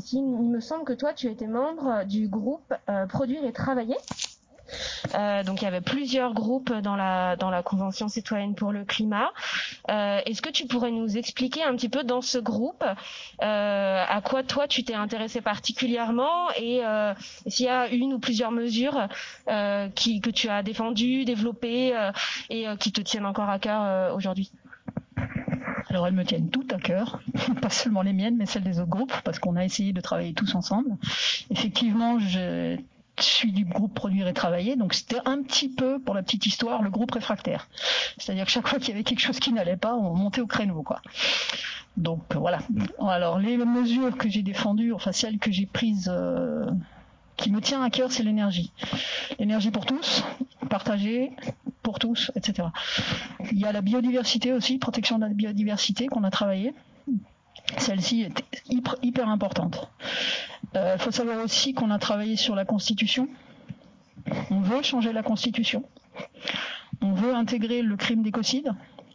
il me semble que toi, tu étais membre du groupe Produire et Travailler. Donc il y avait plusieurs groupes dans la Convention citoyenne pour le climat. Est-ce que tu pourrais nous expliquer un petit peu dans ce groupe à quoi toi tu t'es intéressé particulièrement et s'il y a une ou plusieurs mesures que tu as défendues, développées et qui te tiennent encore à cœur aujourd'hui? Alors elles me tiennent toutes à cœur, pas seulement les miennes, mais celles des autres groupes, parce qu'on a essayé de travailler tous ensemble. Effectivement, je suis du groupe Produire et Travailler, donc c'était un petit peu, pour la petite histoire, le groupe réfractaire. C'est-à-dire que chaque fois qu'il y avait quelque chose qui n'allait pas, on montait au créneau, quoi. Donc voilà. Alors les mesures que j'ai défendues, enfin celles que j'ai prises, qui me tient à cœur, c'est l'énergie. L'énergie pour tous, partagée pour tous, etc. Il y a la biodiversité aussi, protection de la biodiversité qu'on a travaillé. Celle-ci est hyper importante. Faut savoir aussi qu'on a travaillé sur la Constitution. On veut changer la Constitution. On veut intégrer le crime d'écocide.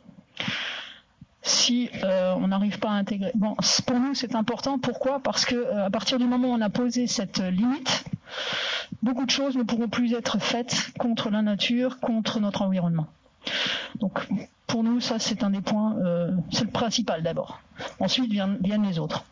Si on n'arrive pas à intégrer... Bon, pour nous, c'est important. Pourquoi ? Parce que à partir du moment où on a posé cette limite, beaucoup de choses ne pourront plus être faites contre la nature, contre notre environnement. Donc, pour nous, ça, c'est un des points... c'est le principal, d'abord. Ensuite, viennent les autres.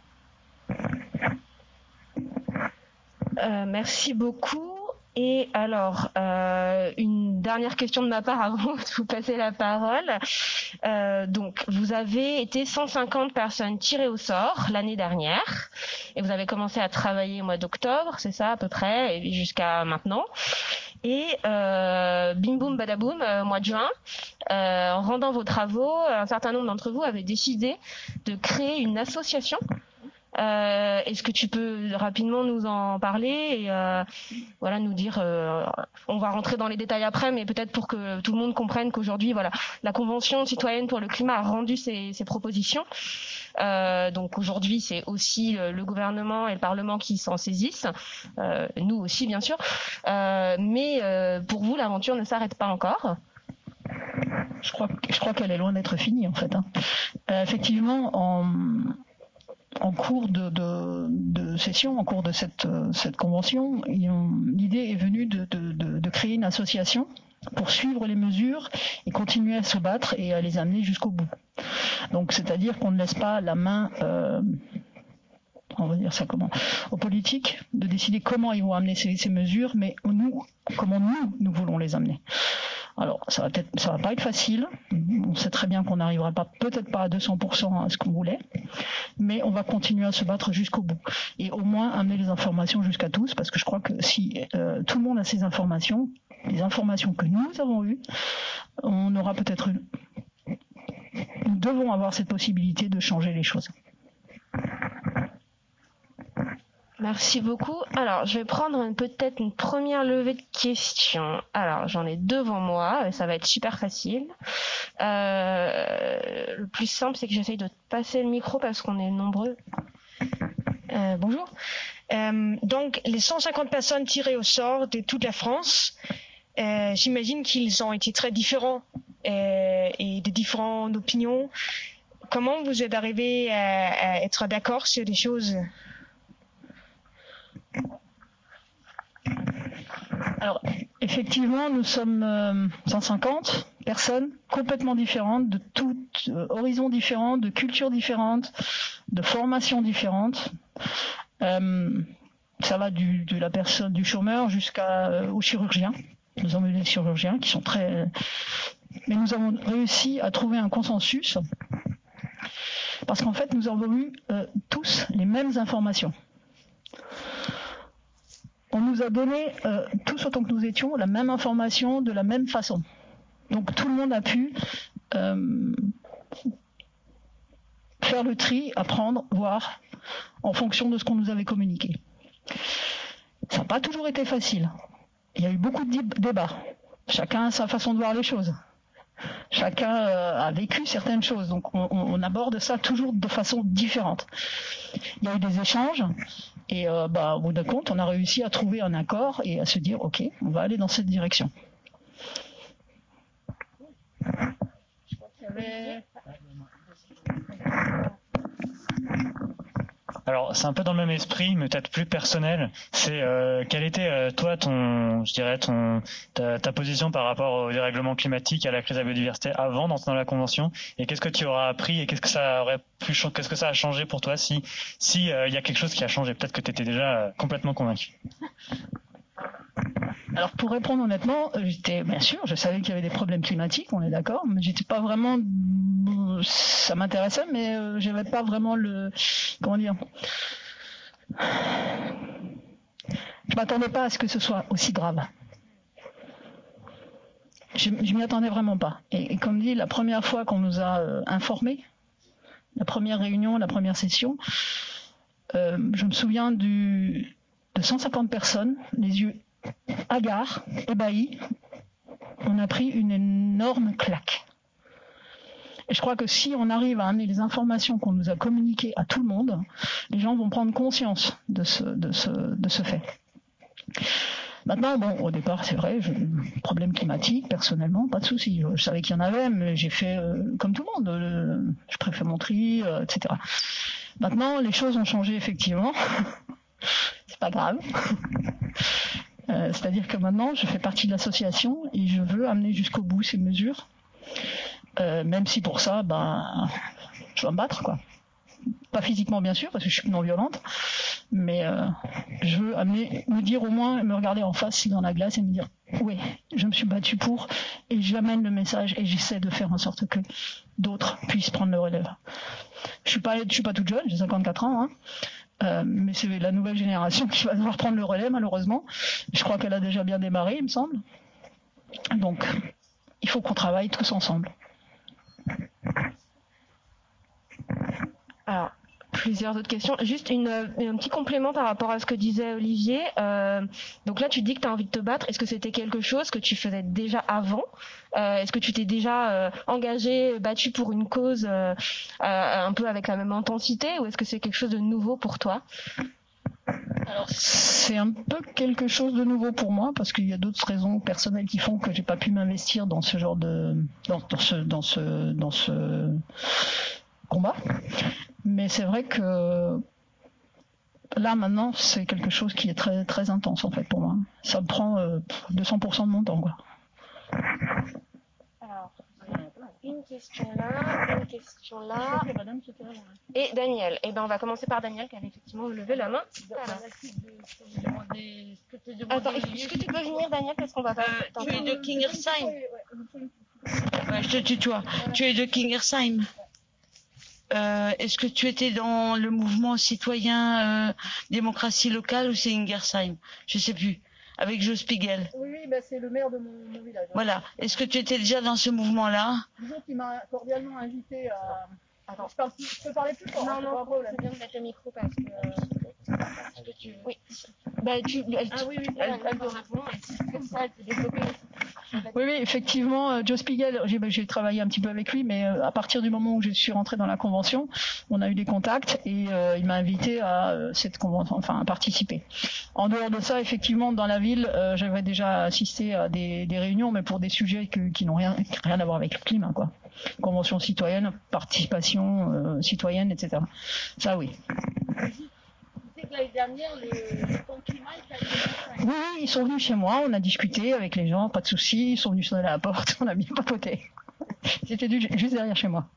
Merci beaucoup. Et alors, une dernière question de ma part avant de vous passer la parole. Donc, vous avez été 150 personnes tirées au sort l'année dernière et vous avez commencé à travailler au mois d'octobre, c'est ça à peu près, et jusqu'à maintenant. Et bim boum badaboum, mois de juin, en rendant vos travaux, un certain nombre d'entre vous avaient décidé de créer une association. Est-ce que tu peux rapidement nous en parler et voilà, nous dire, on va rentrer dans les détails après, mais peut-être pour que tout le monde comprenne qu'aujourd'hui, voilà, la Convention citoyenne pour le climat a rendu ses propositions. Donc aujourd'hui, c'est aussi le gouvernement et le Parlement qui s'en saisissent, nous aussi bien sûr. Mais pour vous, l'aventure ne s'arrête pas encore. Je crois qu'elle est loin d'être finie en fait. Effectivement, en cours de session, en cours de cette convention, l'idée est venue de créer une association pour suivre les mesures et continuer à se battre et à les amener jusqu'au bout. Donc, c'est-à-dire qu'on ne laisse pas la main, on va dire ça comment, aux politiques de décider comment ils vont amener ces mesures, mais comment nous voulons les amener. Alors, ça va pas être facile. On sait très bien qu'on n'arrivera peut-être pas à 200% à ce qu'on voulait, mais on va continuer à se battre jusqu'au bout et au moins amener les informations jusqu'à tous, parce que je crois que si tout le monde a ces informations, les informations que nous avons eues, on aura peut-être nous devons avoir cette possibilité de changer les choses. Merci beaucoup. Alors, je vais prendre peut-être une première levée de questions. Alors, j'en ai devant moi, et ça va être super facile. Le plus simple, c'est que j'essaye de passer le micro parce qu'on est nombreux. Bonjour. Donc, les 150 personnes tirées au sort de toute la France, j'imagine qu'ils ont été très différents et de différentes opinions. Comment vous êtes arrivé à être d'accord sur des choses ? Alors, effectivement, nous sommes 150 personnes complètement différentes, de tout horizons différents, de cultures différentes, de formations différentes. Ça va de la personne, du chômeur jusqu'au chirurgien. Nous avons eu des chirurgiens qui sont très... Mais nous avons réussi à trouver un consensus parce qu'en fait, nous avons eu tous les mêmes informations. On nous a donné, tous autant que nous étions, la même information de la même façon. Donc tout le monde a pu faire le tri, apprendre, voir, en fonction de ce qu'on nous avait communiqué. Ça n'a pas toujours été facile. Il y a eu beaucoup de débats. Chacun a sa façon de voir les choses. Chacun a vécu certaines choses. Donc on aborde ça toujours de façon différente. Il y a eu des échanges. Et au bout d'un compte, on a réussi à trouver un accord et à se dire, ok, on va aller dans cette direction. Je crois qu'il y avait... Alors, c'est un peu dans le même esprit, mais peut-être plus personnel. C'est quelle était toi ta position par rapport au dérèglement climatique, à la crise de la biodiversité avant d'entrer dans la convention, et qu'est-ce que tu auras appris et qu'est-ce que ça a changé pour toi si y a quelque chose qui a changé. Peut-être que tu étais déjà complètement convaincu. Alors pour répondre honnêtement, bien sûr, je savais qu'il y avait des problèmes climatiques, on est d'accord, mais j'étais pas vraiment, ça m'intéressait, mais j'avais pas vraiment je m'attendais pas à ce que ce soit aussi grave. Je m'y attendais vraiment pas. Et comme dit, la première fois qu'on nous a informés, la première réunion, la première session, je me souviens de 150 personnes, les yeux hagards, ébahis. On a pris une énorme claque. Et je crois que si on arrive à amener les informations qu'on nous a communiquées à tout le monde, les gens vont prendre conscience de ce fait. Maintenant, au départ, c'est vrai, problème climatique, personnellement, pas de souci. Je savais qu'il y en avait, mais j'ai fait comme tout le monde. Je préfère mon tri, etc. Maintenant, les choses ont changé effectivement. C'est pas grave. C'est-à-dire que maintenant, je fais partie de l'association et je veux amener jusqu'au bout ces mesures, même si pour ça, je vais me battre, quoi. Pas physiquement, bien sûr, parce que je suis non violente, mais je veux me dire au moins, me regarder en face dans la glace et me dire, oui, je me suis battue pour, et j'amène le message et j'essaie de faire en sorte que d'autres puissent prendre le relève. Je suis pas toute jeune, j'ai 54 ans, mais c'est la nouvelle génération qui va devoir prendre le relais, malheureusement. Je crois qu'elle a déjà bien démarré, il me semble. Donc, il faut qu'on travaille tous ensemble. Alors, plusieurs autres questions. Juste un petit complément par rapport à ce que disait Olivier. Donc là, tu dis que tu as envie de te battre. Est-ce que c'était quelque chose que tu faisais déjà avant ? Est-ce que tu t'es déjà engagé, battu pour une cause un peu avec la même intensité, ou est-ce que c'est quelque chose de nouveau pour toi ? Alors, c'est un peu quelque chose de nouveau pour moi, parce qu'il y a d'autres raisons personnelles qui font que j'ai pas pu m'investir dans ce genre dans ce combat. Mais c'est vrai que là maintenant, c'est quelque chose qui est très très intense en fait pour moi. Ça me prend 200% de mon temps, quoi. Alors, une question là, et Daniel. Eh ben, on va commencer par Daniel qui avait effectivement levé la main. Attends, est-ce que tu peux venir, Daniel, parce qu'on va pas. Tu es de Kingersheim. Ouais, je te tutoie. Tu es de Kingersheim. Est-ce que tu étais dans le mouvement citoyen démocratie locale ou c'est Ingersheim ? Je sais plus. Avec Joe Spiegel. Oui, c'est le maire de mon village. Voilà. Est-ce que tu étais déjà dans ce mouvement-là ? Disons qu'il m'a cordialement invité à... Attends. Je peux parler plus fort. Non, c'est bien de mettre le micro parce que... Oui. Elle peut répondre, et si c'est ça, elle peut développer aussi. Oui, effectivement, Joe Spiegel, j'ai travaillé un petit peu avec lui, mais à partir du moment où je suis rentrée dans la convention, on a eu des contacts et il m'a invité à cette convention, à participer. En dehors de ça, effectivement, dans la ville, j'avais déjà assisté à des réunions, mais pour des sujets qui n'ont rien à voir avec le climat, quoi. Convention citoyenne, participation citoyenne, etc. Ça, oui. L'année dernière, le camp climat était à Kingersheim. Oui, ils sont venus chez moi, on a discuté avec les gens, pas de soucis, ils sont venus sonner à la porte, on a bien papoté. C'était juste derrière chez moi.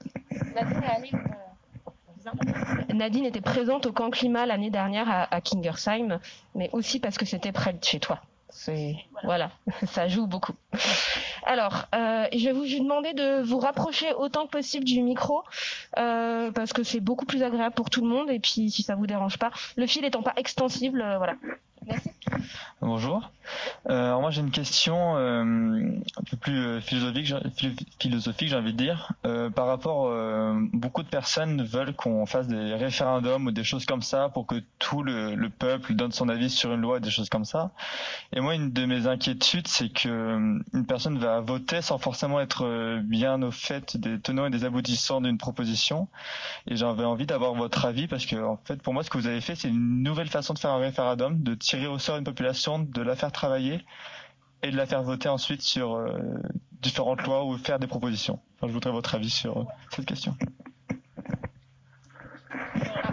Nadine était présente au camp climat l'année dernière à Kingersheim, mais aussi parce que c'était près de chez toi. Voilà, ça joue beaucoup. Alors, je vais vous demander de vous rapprocher autant que possible du micro, parce que c'est beaucoup plus agréable pour tout le monde, et puis si ça vous dérange pas, le fil étant pas extensible, voilà. Merci. Bonjour. Alors moi j'ai une question un peu plus philosophique, j'ai envie de dire. Par rapport, beaucoup de personnes veulent qu'on fasse des référendums ou des choses comme ça pour que tout le peuple donne son avis sur une loi, des choses comme ça. Et moi, une de mes inquiétudes, c'est que une personne va voter sans forcément être bien au fait des tenants et des aboutissants d'une proposition. Et j'avais envie d'avoir votre avis parce que, en fait, pour moi, ce que vous avez fait, c'est une nouvelle façon de faire un référendum, de tirer au sort une population, de la faire travailler et de la faire voter ensuite sur différentes lois ou faire des propositions. Enfin, je voudrais votre avis sur cette question.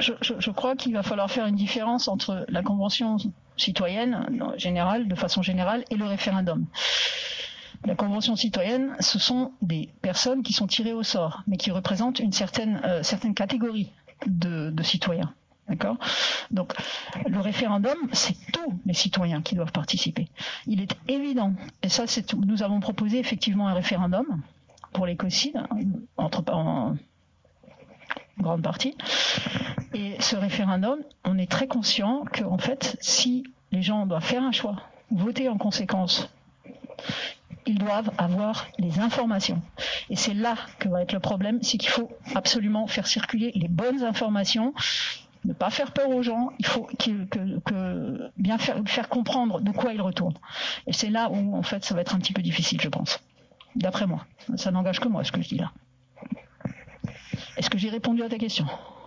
je crois qu'il va falloir faire une différence entre la convention citoyenne générale, de façon générale, et le référendum. La convention citoyenne, ce sont des personnes qui sont tirées au sort, mais qui représentent une certaine catégorie de citoyens. D'accord ? Donc, le référendum, c'est tous les citoyens qui doivent participer. Il est évident, et ça, nous avons proposé effectivement un référendum pour l'écocide, en grande partie. Et ce référendum, on est très conscient que, en fait, si les gens doivent faire un choix, voter en conséquence, ils doivent avoir les informations. Et c'est là que va être le problème, c'est qu'il faut absolument faire circuler les bonnes informations, ne pas faire peur aux gens, il faut bien faire comprendre de quoi ils retournent. Et c'est là où, en fait, ça va être un petit peu difficile, je pense. D'après moi. Ça n'engage que moi, ce que je dis là. Est-ce que j'ai répondu à ta question ?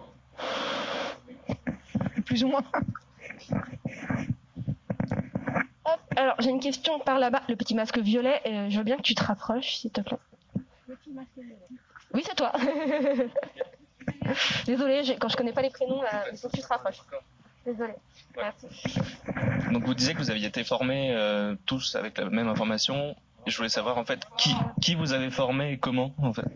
Plus ou moins. Hop, alors j'ai une question par là-bas, le petit masque violet, je veux bien que tu te rapproches, s'il te plaît. Le petit masque violet. Oui, c'est toi. Désolée, quand je connais pas les prénoms, il faut que tu te rapproches. Désolée. Merci. Donc vous disiez que vous aviez été formés tous avec la même information. Et je voulais savoir en fait qui vous avez formé et comment en fait.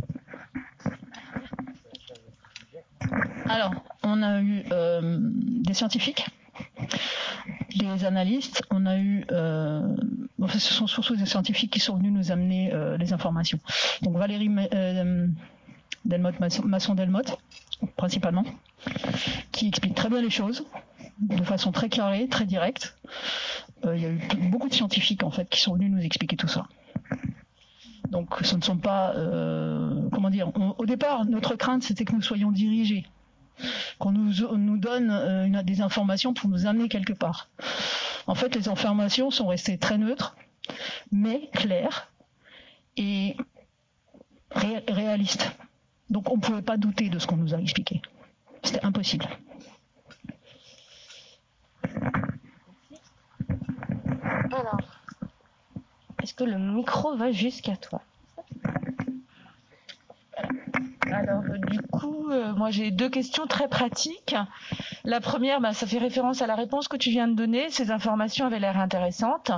Alors, on a eu des scientifiques, des analystes, on a eu... ce sont surtout des scientifiques qui sont venus nous amener les informations. Donc Valérie Masson-Delmotte, principalement, qui explique très bien les choses, de façon très carrée, très directe. Il y a eu beaucoup de scientifiques en fait qui sont venus nous expliquer tout ça. Donc ce ne sont pas... au départ, notre crainte, c'était que nous soyons dirigés, qu'on nous donne des informations pour nous amener quelque part. En fait, les informations sont restées très neutres, mais claires et réalistes. Donc on ne pouvait pas douter de ce qu'on nous a expliqué. C'était impossible. Alors, est-ce que le micro va jusqu'à toi ? Alors du coup, moi j'ai deux questions très pratiques. La première, ça fait référence à la réponse que tu viens de donner. Ces informations avaient l'air intéressantes.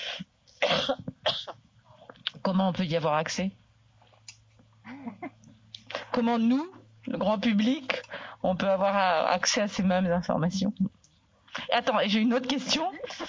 Comment on peut y avoir accès ? Comment nous, le grand public, on peut avoir accès à ces mêmes informations ? Attends, j'ai une autre question.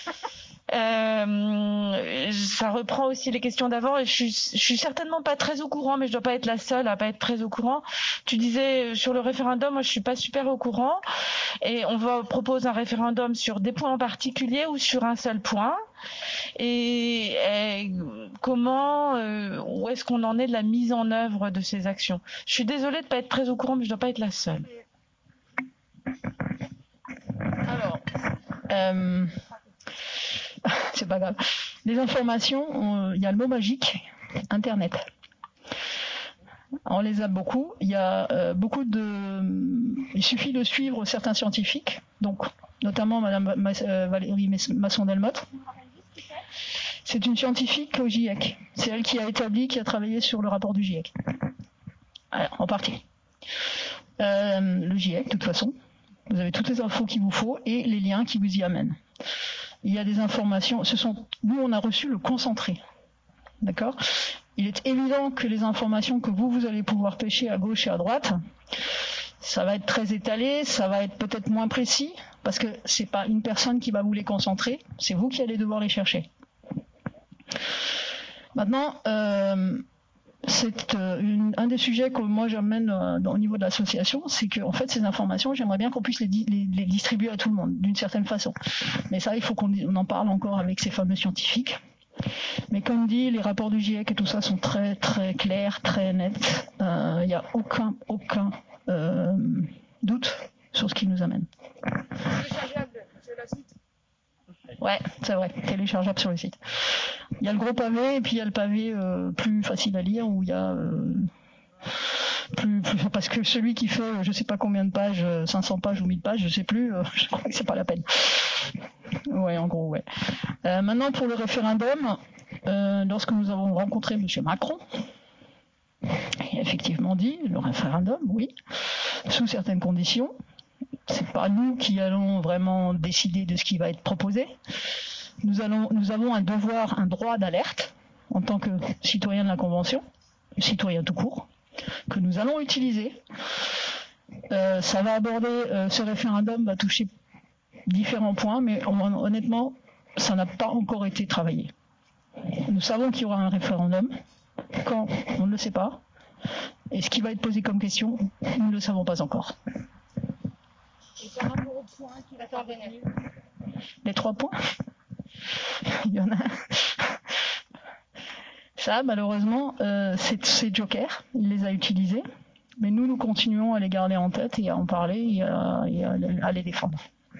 Ça reprend aussi les questions d'avant et je suis certainement pas très au courant, mais je dois pas être la seule à pas être très au courant. Tu disais sur le référendum, moi je suis pas super au courant et on propose un référendum sur des points en particulier ou sur un seul point et comment où est-ce qu'on en est de la mise en œuvre de ces actions. Je suis désolée de pas être très au courant, mais je dois pas être la seule. Alors, c'est pas grave. Les informations, il y a le mot magique, Internet. On les a beaucoup. Il y a il suffit de suivre certains scientifiques, donc notamment Madame Valérie Masson-Delmotte. C'est une scientifique au GIEC. C'est elle qui a travaillé sur le rapport du GIEC. Alors, en partie. Le GIEC, de toute façon. Vous avez toutes les infos qu'il vous faut et les liens qui vous y amènent. Il y a des informations, nous on a reçu le concentré. D'accord ? Il est évident que les informations que vous allez pouvoir pêcher à gauche et à droite, ça va être très étalé, ça va être peut-être moins précis, parce que c'est pas une personne qui va vous les concentrer, c'est vous qui allez devoir les chercher. Maintenant, c'est un des sujets que moi j'amène au niveau de l'association, c'est que en fait ces informations, j'aimerais bien qu'on puisse les distribuer à tout le monde d'une certaine façon. Mais ça, il faut qu'on en parle encore avec ces fameux scientifiques. Mais comme dit, les rapports du GIEC et tout ça sont très très clairs, très nets. Il n'y a aucun doute sur ce qui nous amène. Téléchargeable sur le site. Ouais, c'est vrai, téléchargeable sur le site. Il y a le gros pavé et puis il y a le pavé plus facile à lire où il y a plus parce que celui qui fait je sais pas combien de pages, 500 pages ou 1000 pages, je sais plus, je crois que c'est pas la peine. Ouais, en gros, ouais. Maintenant pour le référendum, lorsque nous avons rencontré monsieur Macron, il a effectivement dit le référendum, oui, sous certaines conditions. c'est pas nous qui allons vraiment décider de ce qui va être proposé. Nous avons un devoir, un droit d'alerte en tant que citoyen de la Convention, citoyen tout court, que nous allons utiliser. Ça va aborder, ce référendum va toucher différents points, mais honnêtement, ça n'a pas encore été travaillé. Nous savons qu'il y aura un référendum. Quand, on ne le sait pas. Et ce qui va être posé comme question, nous ne le savons pas encore. Et par rapport au point qui va intervenir. Les 3 points, il y en a. Ça, malheureusement, c'est Joker. Il les a utilisés. Mais nous continuons à les garder en tête et à en parler et à les défendre.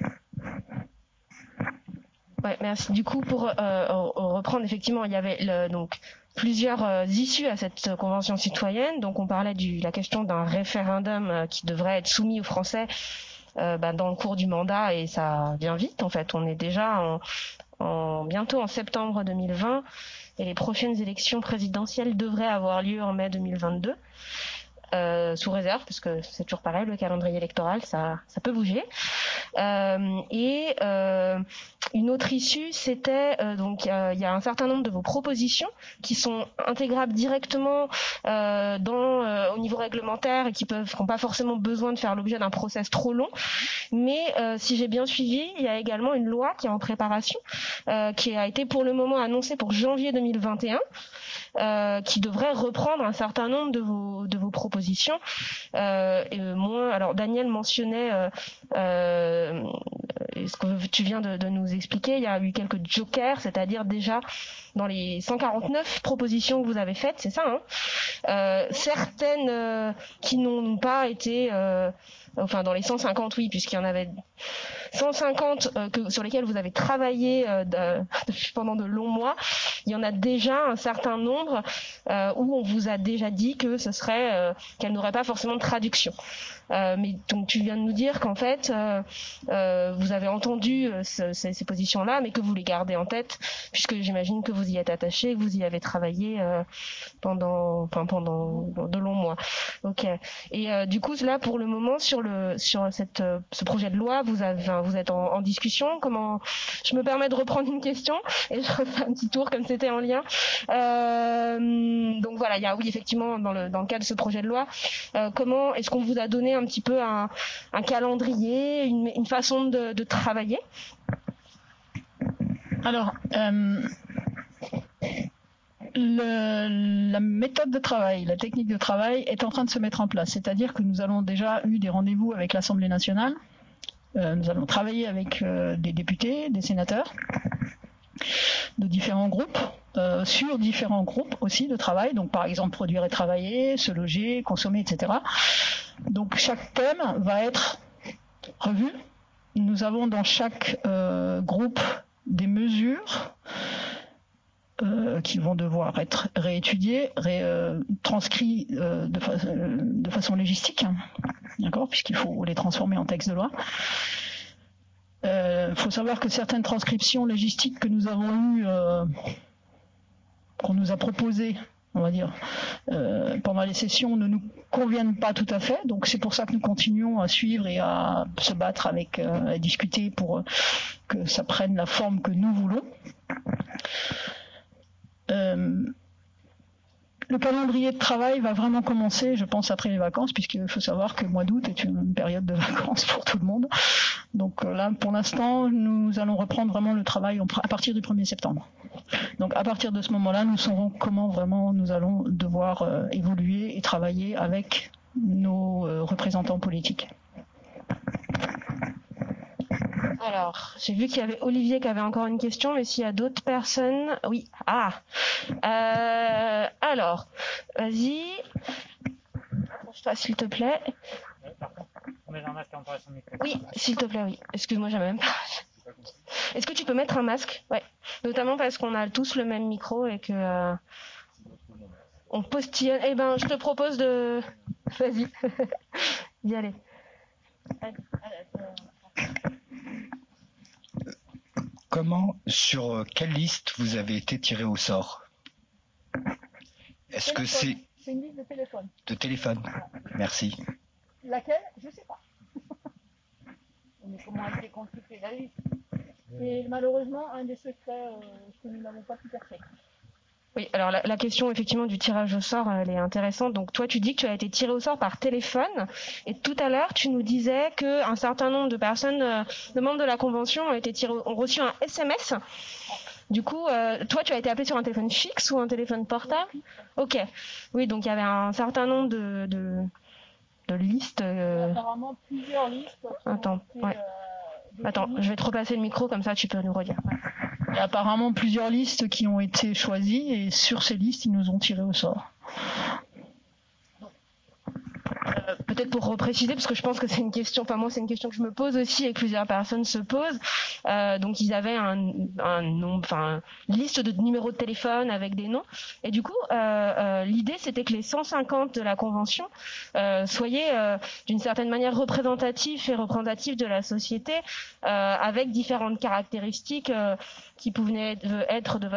Ouais, merci. Du coup, pour reprendre, effectivement, il y avait donc plusieurs issues à cette convention citoyenne. Donc, on parlait de la question d'un référendum qui devrait être soumis aux Français dans le cours du mandat, et ça vient vite. En fait, on est déjà bientôt en septembre 2020, et les prochaines élections présidentielles devraient avoir lieu en mai 2022. Sous réserve, parce que c'est toujours pareil, le calendrier électoral, ça peut bouger. Et une autre issue, c'était donc il y a un certain nombre de vos propositions qui sont intégrables directement au niveau réglementaire et qui n'ont pas forcément besoin de faire l'objet d'un process trop long. Mais si j'ai bien suivi, il y a également une loi qui est en préparation, qui a été pour le moment annoncée pour janvier 2021. Qui devrait reprendre un certain nombre de vos propositions. Alors Daniel mentionnait ce que tu viens de nous expliquer. Il y a eu quelques jokers, c'est-à-dire déjà dans les 149 propositions que vous avez faites, c'est ça, hein, certaines qui n'ont pas été enfin dans les 150, oui, puisqu'il y en avait 150 sur lesquels vous avez travaillé pendant de longs mois. Il y en a déjà un certain nombre où on vous a déjà dit que ce serait qu'elle n'aurait pas forcément de traduction. Mais donc tu viens de nous dire qu'en fait vous avez entendu ces positions-là, mais que vous les gardez en tête, puisque j'imagine que vous y êtes attaché, que vous y avez travaillé pendant de longs mois. Ok. Et du coup là pour le moment sur ce projet de loi, vous êtes en discussion. Comment je me permets de reprendre une question et je refais un petit tour comme c'était en lien. Donc voilà, il y a oui effectivement dans le cadre de ce projet de loi, comment est-ce qu'on vous a donné un petit peu un calendrier, une façon de travailler? Alors, la méthode de travail, la technique de travail est en train de se mettre en place. C'est-à-dire que nous avons déjà eu des rendez-vous avec l'Assemblée nationale. Nous allons travailler avec des députés, des sénateurs de différents groupes, sur différents groupes aussi de travail. Donc par exemple produire et travailler, se loger, consommer, etc. Donc chaque thème va être revu. Nous avons dans chaque groupe des mesures qui vont devoir être réétudiées, transcrites de façon légistique, hein, d'accord, puisqu'il faut les transformer en texte de loi. Faut savoir que certaines transcriptions légistiques que nous avons eues, qu'on nous a proposées, on va dire, pendant les sessions, ne nous conviennent pas tout à fait. Donc c'est pour ça que nous continuons à suivre et à se battre à discuter pour que ça prenne la forme que nous voulons. Le calendrier de travail va vraiment commencer, je pense, après les vacances, puisqu'il faut savoir que le mois d'août est une période de vacances pour tout le monde. Donc là, pour l'instant, nous allons reprendre vraiment le travail à partir du 1er septembre. Donc à partir de ce moment-là, nous saurons comment vraiment nous allons devoir évoluer et travailler avec nos représentants politiques. Alors, j'ai vu qu'il y avait Olivier qui avait encore une question, mais s'il y a d'autres personnes... Oui, alors, vas-y. Approche-toi, s'il te plaît. Oui, s'il te plaît, oui. Excuse-moi, j'avais même pas... Est-ce que tu peux mettre un masque? Ouais. Notamment parce qu'on a tous le même micro et que... on postillonne. Eh ben, je te propose de... Vas-y. D'y aller. Comment, sur quelle liste vous avez été tiré au sort? Est-ce que c'est une liste de téléphone. de téléphone? Merci. Laquelle? Je sais pas. comment a été constituée la liste. C'est malheureusement un des secrets que nous n'avons pas pu percer. Oui, alors la question effectivement du tirage au sort, elle est intéressante. Donc toi, tu dis que tu as été tiré au sort par téléphone, et tout à l'heure, tu nous disais que un certain nombre de personnes, de membres de la convention, ont reçu un SMS. Du coup, toi, tu as été appelé sur un téléphone fixe ou un téléphone portable? Ok. Oui, donc il y avait un certain nombre de listes. Apparemment, plusieurs listes. Attends, ouais. Attends, je vais te repasser le micro, comme ça tu peux nous redire. Ouais. Il y a apparemment plusieurs listes qui ont été choisies et sur ces listes, ils nous ont tirés au sort. Peut-être pour repréciser, parce que je pense que c'est une question, enfin moi c'est une question que je me pose aussi et que plusieurs personnes se posent. Donc ils avaient un nom, enfin une liste de numéros de téléphone avec des noms. Et du coup, l'idée c'était que les 150 de la convention soient d'une certaine manière représentatifs de la société, avec différentes caractéristiques qui pouvaient être de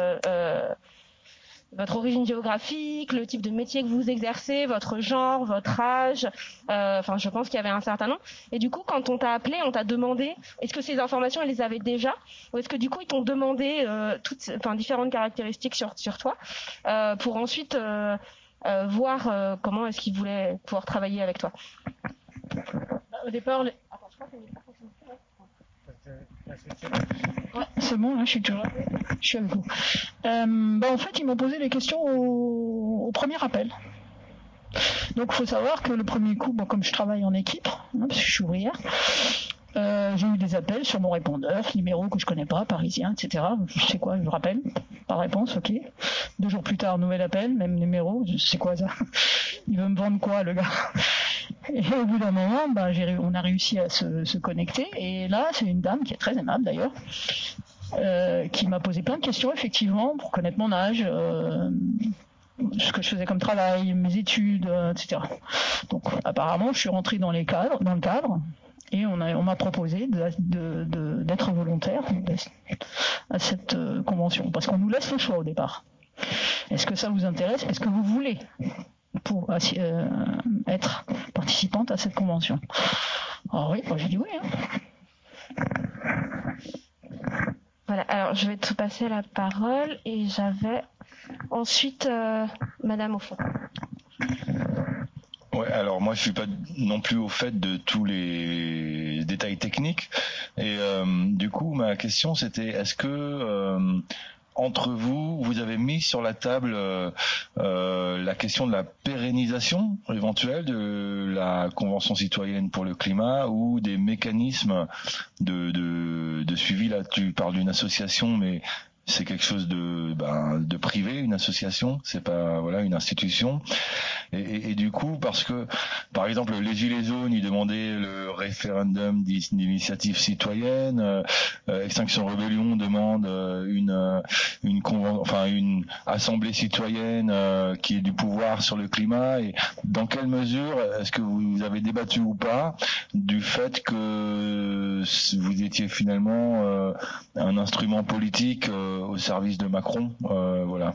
votre origine géographique, le type de métier que vous exercez, votre genre, votre âge. Enfin, je pense qu'il y avait un certain nombre. Et du coup, quand on t'a appelé, on t'a demandé, est-ce que ces informations, ils les avaient déjà, ou est-ce que du coup, ils t'ont demandé différentes caractéristiques sur toi, pour ensuite voir comment est-ce qu'ils voulaient pouvoir travailler avec toi. Au départ, Attends, je crois que ouais, c'est bon, là, je suis toujours là. Je suis avec vous. En fait, ils m'ont posé les questions au premier appel. Donc, il faut savoir que le premier coup, comme je travaille en équipe, parce que je suis ouvrière, j'ai eu des appels sur mon répondeur, numéro que je connais pas, parisien, etc. Je sais quoi, je rappelle, pas réponse, ok. 2 jours plus tard, nouvel appel, même numéro, je sais quoi ça. Il veut me vendre quoi, le gars? Et au bout d'un moment, on a réussi à se connecter. Et là, c'est une dame qui est très aimable d'ailleurs, qui m'a posé plein de questions, effectivement, pour connaître mon âge, ce que je faisais comme travail, mes études, etc. Donc, apparemment, je suis rentré dans le cadre, et on m'a proposé d'être volontaire à cette convention, parce qu'on nous laisse le choix au départ. Est-ce que ça vous intéresse? Est-ce que vous voulez pour être participante à cette convention? Alors oui, j'ai dit oui. Voilà, alors je vais te passer la parole et j'avais ensuite Madame au fond. Ouais, alors moi je suis pas non plus au fait de tous les détails techniques et du coup ma question c'était est-ce que entre vous avez mis sur la table la question de la pérennisation éventuelle de la Convention citoyenne pour le climat ou des mécanismes de suivi? Là, tu parles d'une association, mais c'est quelque chose de privé, une association, c'est pas une institution. Et du coup, parce que par exemple les Gilets jaunes, ils demandaient le référendum d'initiative citoyenne, Extinction Rebellion demande une assemblée citoyenne qui ait du pouvoir sur le climat. Et dans quelle mesure est-ce que vous avez débattu ou pas du fait que vous étiez finalement un instrument politique au service de Macron, voilà.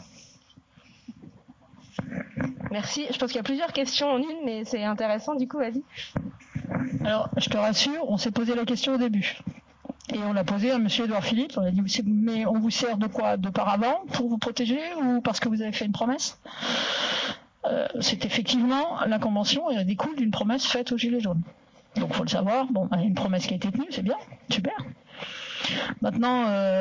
Merci. Je pense qu'il y a plusieurs questions en une, mais c'est intéressant. Du coup, vas-y. Alors, je te rassure, on s'est posé la question au début. Et on l'a posé à M. Édouard Philippe. On a dit, mais on vous sert de quoi? De paravent pour vous protéger ou parce que vous avez fait une promesse? C'est effectivement la convention, elle découle d'une promesse faite aux Gilets jaunes. Donc, faut le savoir. Bon, une promesse qui a été tenue, c'est bien, super. Maintenant,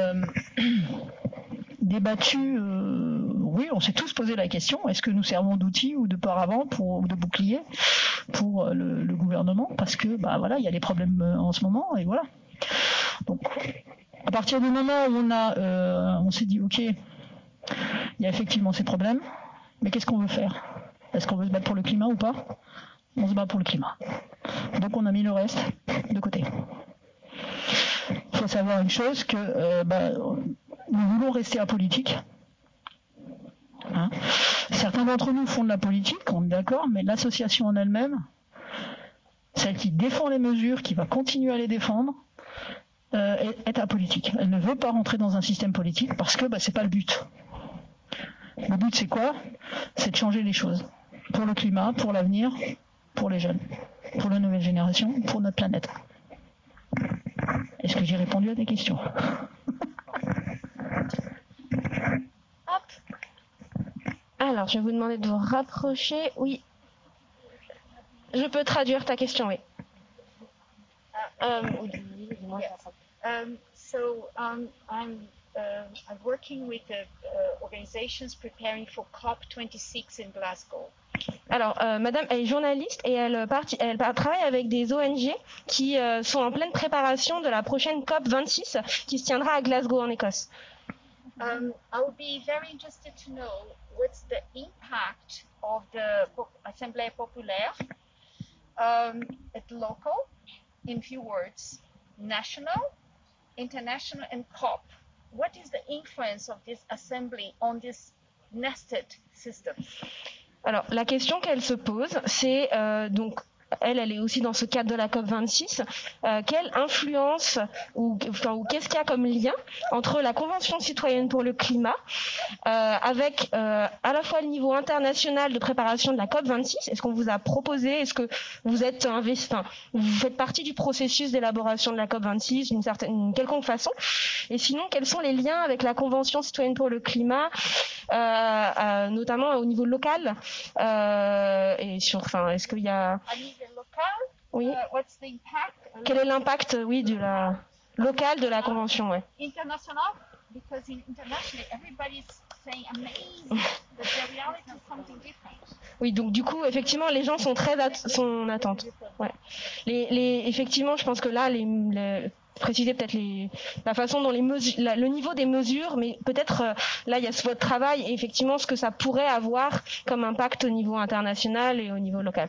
débattu, oui, on s'est tous posé la question, est-ce que nous servons d'outils ou de paravent ou de bouclier pour le gouvernement? Parce que, il y a des problèmes en ce moment, et voilà. Donc, à partir du moment où on s'est dit, ok, il y a effectivement ces problèmes, mais qu'est-ce qu'on veut faire? Est-ce qu'on veut se battre pour le climat ou pas? On se bat pour le climat. Donc, on a mis le reste de côté. Il faut savoir une chose, que nous voulons rester apolitiques. Certains d'entre nous font de la politique, on est d'accord, mais l'association en elle-même, celle qui défend les mesures, qui va continuer à les défendre, est apolitique. Elle ne veut pas rentrer dans un système politique parce que c'est pas le but. Le but c'est quoi? C'est de changer les choses. Pour le climat, pour l'avenir, pour les jeunes, pour la nouvelle génération, pour notre planète. Est-ce que j'ai répondu à tes questions? Alors, je vais vous demander de vous rapprocher. Oui. Je peux traduire ta question, oui. I'm working with organizations preparing for COP26 in Glasgow. Alors, Madame, elle est journaliste et elle travaille avec des ONG qui sont en pleine préparation de la prochaine COP26 qui se tiendra à Glasgow, en Écosse. I would be very interested to know what's the impact of the Assemblée Populaire at local, in few words, national, international, and COP. What is the influence of this assembly on this nested system? Alors, la question qu'elle se pose, c'est donc elle est aussi dans ce cadre de la COP26. Quelle influence ou qu'est-ce qu'il y a comme lien entre la Convention citoyenne pour le climat avec à la fois le niveau international de préparation de la COP26? Est-ce qu'on vous a proposé? Est-ce que vous êtes vous faites partie du processus d'élaboration de la COP26 d'une quelconque façon? Et sinon, quels sont les liens avec la Convention citoyenne pour le climat, notamment au niveau local est-ce qu'il y a oui. What's the impact? Quel est l'impact, oui, local de la convention, ouais. International, because internationally everybody's saying amazing, but the reality is something different. Oui, donc du coup, effectivement, les gens sont en attente. Ouais. Effectivement, je pense que là, préciser peut-être la façon dont le niveau des mesures, mais peut-être là il y a votre travail et effectivement ce que ça pourrait avoir comme impact au niveau international et au niveau local.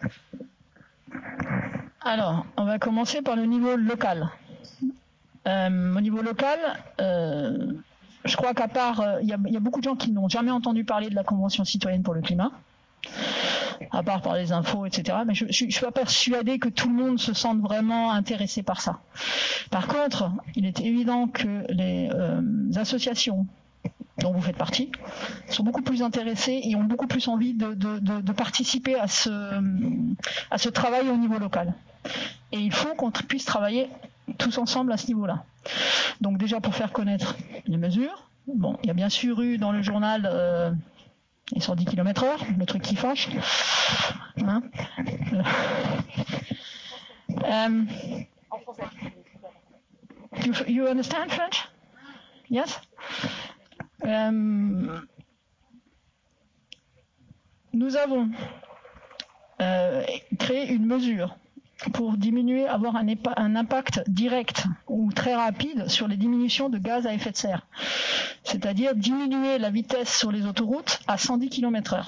Alors, on va commencer par le niveau local. Au niveau local, je crois qu'à part, il y a beaucoup de gens qui n'ont jamais entendu parler de la Convention citoyenne pour le climat, à part par les infos, etc. Mais je suis pas persuadée que tout le monde se sente vraiment intéressé par ça. Par contre, il est évident que les associations dont vous faites partie sont beaucoup plus intéressées et ont beaucoup plus envie de participer à ce travail au niveau local. Et il faut qu'on puisse travailler tous ensemble à ce niveau-là. Donc déjà pour faire connaître les mesures, bon, il y a bien sûr eu dans le journal les 110 km/h, le truc qui fâche. Hein you understand French? Yes? Nous avons créé une mesure pour avoir un impact direct ou très rapide sur les diminutions de gaz à effet de serre. C'est-à-dire diminuer la vitesse sur les autoroutes à 110 km/h.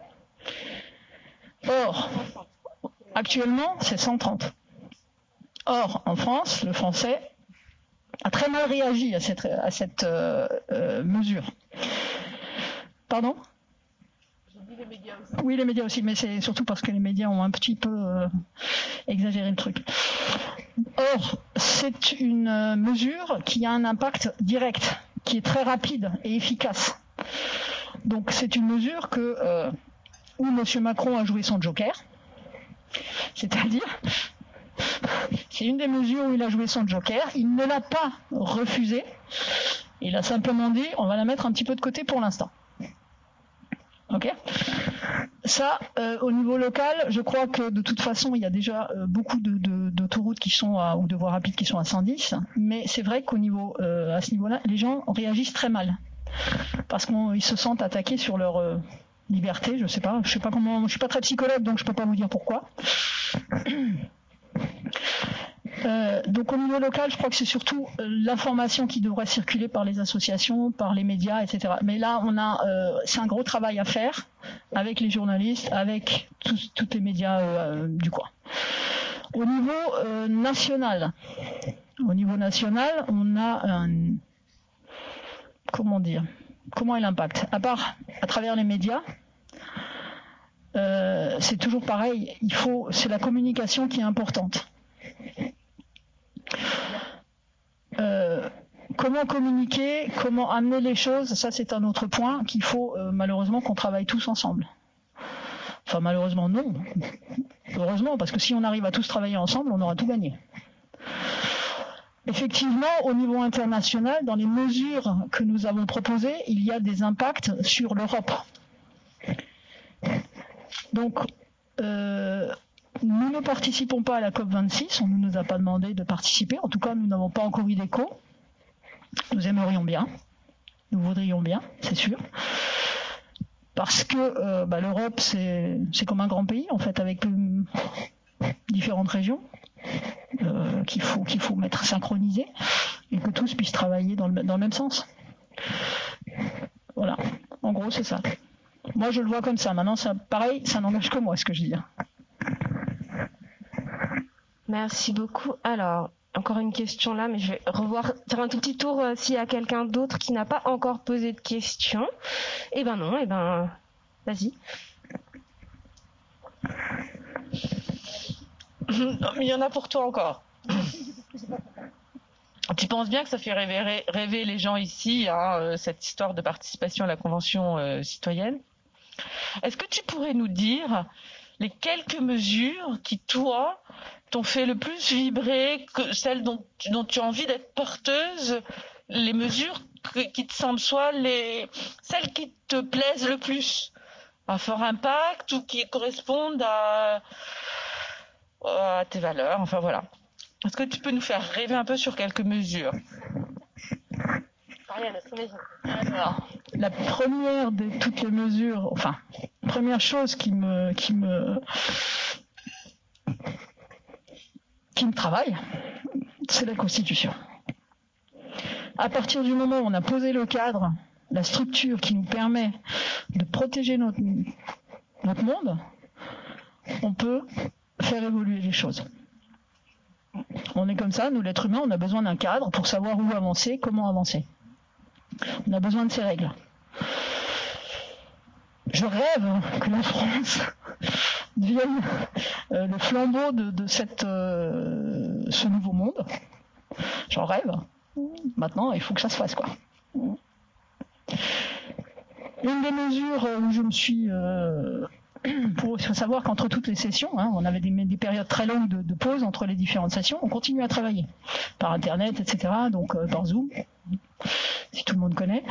Or, actuellement, c'est 130. Or, en France, le français a très mal réagi à cette mesure. Pardon ? Les médias aussi. Oui, les médias aussi, mais c'est surtout parce que les médias ont un petit peu exagéré le truc. Or, c'est une mesure qui a un impact direct, qui est très rapide et efficace. Donc, c'est une mesure où M. Macron a joué son joker, c'est-à-dire, c'est une des mesures où il a joué son joker, il ne l'a pas refusée, il a simplement dit, on va la mettre un petit peu de côté pour l'instant. Ok. Ça, au niveau local, je crois que de toute façon, il y a déjà beaucoup d'autoroutes qui sont ou de voies rapides qui sont à 110, mais c'est vrai qu'au niveau, à ce niveau-là, les gens réagissent très mal parce qu'ils se sentent attaqués sur leur liberté. Je sais pas comment. Je suis pas très psychologue, donc je peux pas vous dire pourquoi. Donc au niveau local, je crois que c'est surtout l'information qui devrait circuler par les associations, par les médias, etc. Mais là, c'est un gros travail à faire avec les journalistes, avec tous les médias du coin. Au niveau national, on a comment est l'impact? À travers les médias, c'est toujours pareil. C'est la communication qui est importante. Comment communiquer, comment amener les choses, ça c'est un autre point qu'il faut malheureusement qu'on travaille tous ensemble. Enfin malheureusement non, heureusement parce que si on arrive à tous travailler ensemble, on aura tout gagné. effectivement, au niveau international, dans les mesures que nous avons proposées, il y a des impacts sur l'Europe. Donc, nous ne participons pas à la COP26, on ne nous a pas demandé de participer, en tout cas nous n'avons pas encore eu d'écho. Nous aimerions bien, nous voudrions bien, c'est sûr. Parce que l'Europe, c'est comme un grand pays, en fait, avec différentes régions qu'il faut mettre synchronisées et que tous puissent travailler dans le même sens. Voilà, en gros, c'est ça. Moi, je le vois comme ça. Maintenant, pareil, ça n'engage que moi, ce que je dis. Merci beaucoup. Alors, encore une question là, mais je vais faire un tout petit tour s'il y a quelqu'un d'autre qui n'a pas encore posé de questions. Eh ben non, vas-y. Non, mais il y en a pour toi encore. Tu penses bien que ça fait rêver les gens ici, cette histoire de participation à la Convention citoyenne. Est-ce que tu pourrais nous dire les quelques mesures qui, toi, t'ont fait le plus vibrer, que celles dont tu as envie d'être porteuse, les mesures qui te semblent celles qui te plaisent le plus, à fort impact ou qui correspondent à tes valeurs, enfin voilà. Est-ce que tu peux nous faire rêver un peu sur quelques mesures? Alors, la première de toutes les mesures, première chose qui me travaille, c'est la Constitution. À partir du moment où on a posé le cadre, la structure qui nous permet de protéger notre monde, on peut faire évoluer les choses. On est comme ça, nous l'être humain, on a besoin d'un cadre pour savoir où avancer, comment avancer. On a besoin de ces règles. Je rêve que la France devienne le flambeau de ce nouveau monde. J'en rêve. Maintenant, il faut que ça se fasse, quoi. Une des mesures où je me suis... il faut savoir qu'entre toutes les sessions, on avait des périodes très longues de pause entre les différentes sessions, on continue à travailler par Internet, etc., donc par Zoom, si tout le monde connaît.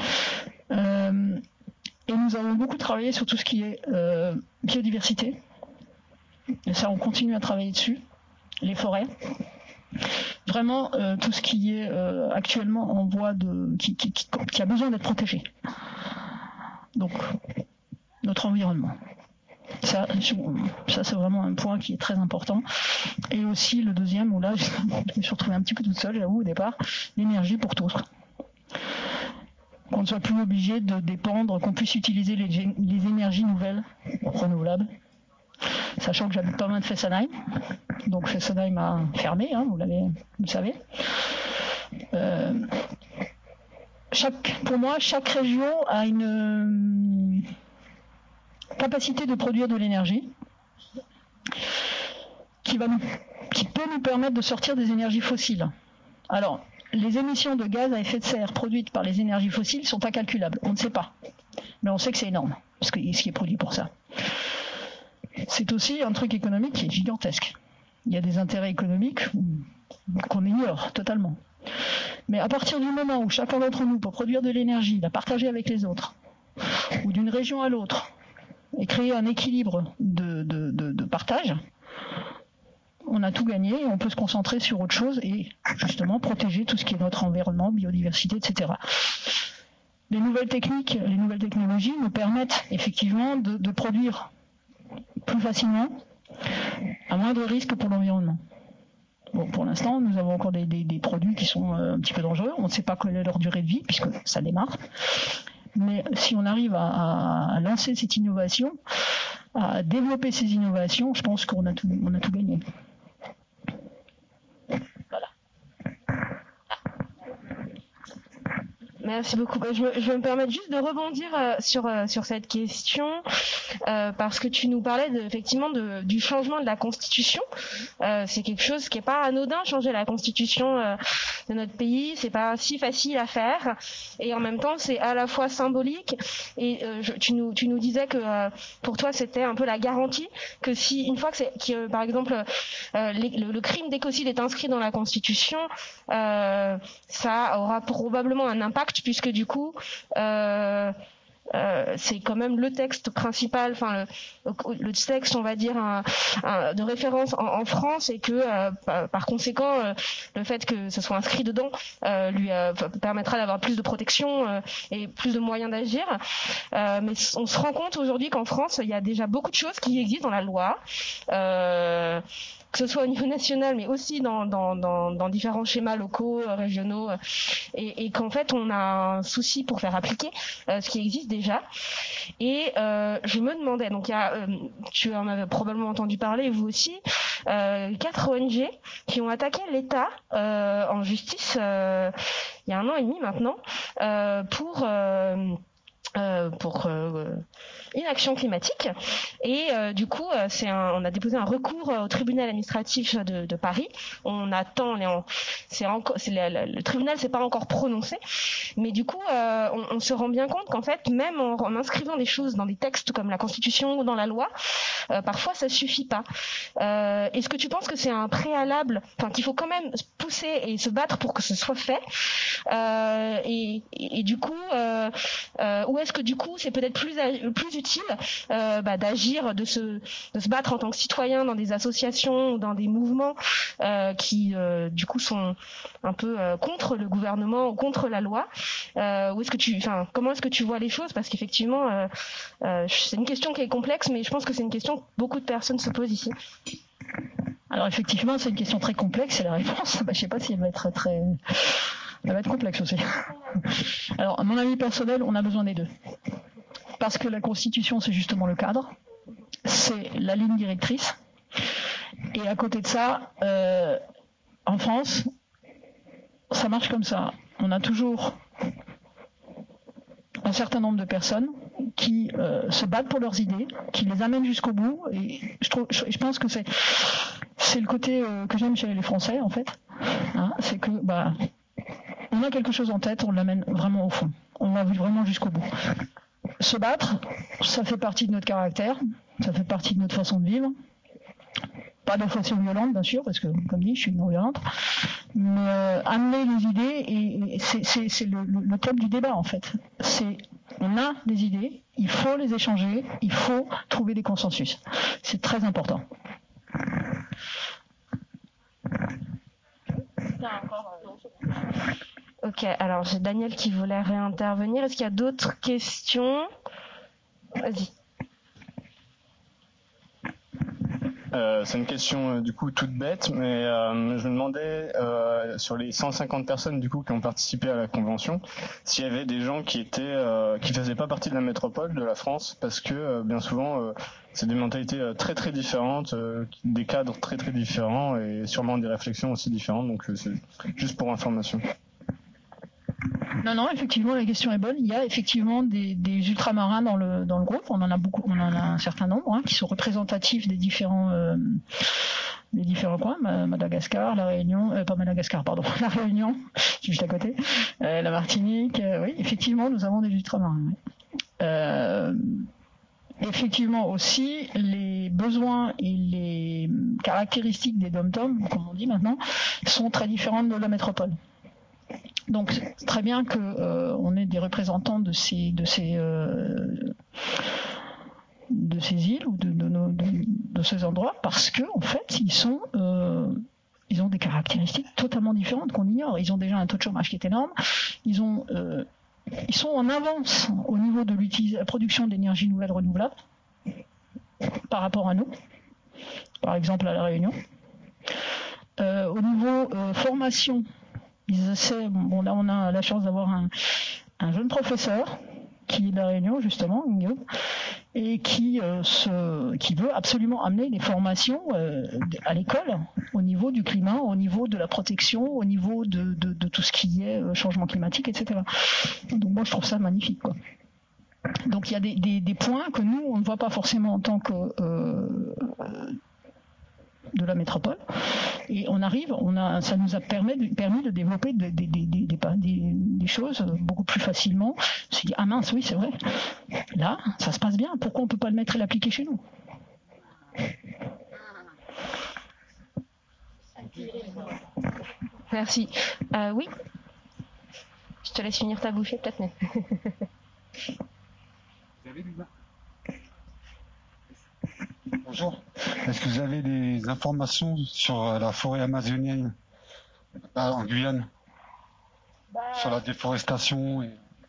Et nous avons beaucoup travaillé sur tout ce qui est biodiversité. Et ça, on continue à travailler dessus. Les forêts. Vraiment, tout ce qui est actuellement en voie qui a besoin d'être protégé. Donc, notre environnement. Ça, c'est vraiment un point qui est très important. Et aussi le deuxième, où là, je me suis retrouvée un petit peu toute seule, j'avoue, au départ, l'énergie pour tous. Qu'on ne soit plus obligé de dépendre, qu'on puisse utiliser les énergies nouvelles, renouvelables. Sachant que j'habite pas loin de Fessenheim. Donc Fessenheim a fermé, vous le savez. Pour moi, chaque région a une capacité de produire de l'énergie qui peut nous permettre de sortir des énergies fossiles. Alors, les émissions de gaz à effet de serre produites par les énergies fossiles sont incalculables. On ne sait pas. Mais on sait que c'est énorme, ce qui est produit pour ça. C'est aussi un truc économique qui est gigantesque. Il y a des intérêts économiques qu'on ignore totalement. Mais à partir du moment où chacun d'entre nous, pour produire de l'énergie, la partager avec les autres, ou d'une région à l'autre, et créer un équilibre de partage, on a tout gagné et on peut se concentrer sur autre chose et justement protéger tout ce qui est notre environnement, biodiversité, etc. Les nouvelles techniques, les nouvelles technologies nous permettent effectivement de produire plus facilement, à moindre risque pour l'environnement. Bon, pour l'instant, nous avons encore des produits qui sont un petit peu dangereux. On ne sait pas quelle est leur durée de vie puisque ça démarre. Mais si on arrive à lancer cette innovation, à développer ces innovations, je pense qu'on a tout gagné. Voilà. Merci beaucoup. Je vais me permettre juste de rebondir sur cette question. parce que tu nous parlais effectivement du changement de la Constitution. C'est quelque chose qui est pas anodin, changer la Constitution de notre pays, c'est pas si facile à faire, et en même temps c'est à la fois symbolique, et tu nous disais que pour toi c'était un peu la garantie que si une fois que par exemple le crime d'écocide est inscrit dans la Constitution, ça aura probablement un impact, puisque du coup c'est quand même le texte principal, enfin le texte, on va dire, de référence en France, et que par conséquent le fait que ce soit inscrit dedans lui permettra d'avoir plus de protection et plus de moyens d'agir. Mais on se rend compte aujourd'hui qu'en France, il y a déjà beaucoup de choses qui existent dans la loi, que ce soit au niveau national, mais aussi dans différents schémas locaux, régionaux, et qu'en fait on a un souci pour faire appliquer ce qui existe déjà. Et je me demandais, donc tu en avais probablement entendu parler, vous aussi, 4 ONG qui ont attaqué l'État en justice il y a 1 an et demi maintenant pour inaction climatique, et du coup on a déposé un recours au tribunal administratif de Paris. On attend, le tribunal s'est pas encore prononcé, mais du coup on se rend bien compte qu'en fait, même en inscrivant des choses dans des textes comme la Constitution ou dans la loi, parfois ça suffit pas. Est-ce que tu penses que c'est un préalable, enfin qu'il faut quand même pousser et se battre pour que ce soit fait, et du coup ou est-ce que du coup c'est peut-être plus utile d'agir, de se battre en tant que citoyen dans des associations ou dans des mouvements qui du coup sont un peu contre le gouvernement ou contre la loi, ou comment est-ce que tu vois les choses, parce qu'effectivement c'est une question qui est complexe, mais je pense que c'est une question que beaucoup de personnes se posent ici. Alors effectivement, c'est une question très complexe, et la réponse, je sais pas si elle va être elle va être complexe aussi. Alors, à mon avis personnel, on a besoin des deux. Parce que la Constitution, c'est justement le cadre, c'est la ligne directrice. Et à côté de ça, en France, ça marche comme ça. On a toujours un certain nombre de personnes qui se battent pour leurs idées, qui les amènent jusqu'au bout. Et je pense que c'est le côté que j'aime chez les Français, en fait. Hein, c'est que on a quelque chose en tête, on l'amène vraiment au fond. On va vraiment jusqu'au bout. Se battre, ça fait partie de notre caractère, ça fait partie de notre façon de vivre. Pas de façon violente, bien sûr, parce que, comme dit, je suis non violente. Mais amener les idées, et c'est le thème du débat, en fait. On a des idées, il faut les échanger, il faut trouver des consensus. C'est très important. Ok, alors j'ai Daniel qui voulait réintervenir. Est-ce qu'il y a d'autres questions ? Vas-y. C'est une question du coup toute bête, mais je me demandais sur les 150 personnes du coup qui ont participé à la convention, s'il y avait des gens qui faisaient pas partie de la métropole de la France, parce que bien souvent c'est des mentalités très très différentes, des cadres très très différents, et sûrement des réflexions aussi différentes. Donc c'est juste pour information. Non, effectivement, la question est bonne. Il y a effectivement des ultramarins dans le groupe. On en a beaucoup, on en a un certain nombre qui sont représentatifs des différents coins. Madagascar, la Réunion, pas Madagascar, pardon, la Réunion, juste à côté, la Martinique. Oui, effectivement, nous avons des ultramarins. Oui. Effectivement aussi, les besoins et les caractéristiques des dom-toms, comme on dit maintenant, sont très différentes de la métropole. Donc c'est très bien que on ait des représentants de ces îles ou de ces endroits, parce que en fait ils ont des caractéristiques totalement différentes qu'on ignore. Ils ont déjà un taux de chômage qui est énorme. Ils sont en avance au niveau de la production d'énergie renouvelable par rapport à nous, par exemple à la Réunion. Au niveau formation, là on a la chance d'avoir un jeune professeur qui est de la Réunion justement, Guillaume, et qui veut absolument amener les formations à l'école au niveau du climat, au niveau de la protection, au niveau de tout ce qui est changement climatique, etc. Donc moi je trouve ça magnifique, quoi. Donc il y a des points que nous, on ne voit pas forcément en tant que de la métropole. Et ça nous a permis de développer des choses beaucoup plus facilement. On s'est dit, ah mince, oui, c'est vrai. Là, ça se passe bien. Pourquoi on ne peut pas le mettre et l'appliquer chez nous ? Merci. Oui. Je te laisse finir ta bouchée, peut-être. Mais... Bonjour. Est-ce que vous avez des informations sur la forêt amazonienne en Guyane, sur la déforestation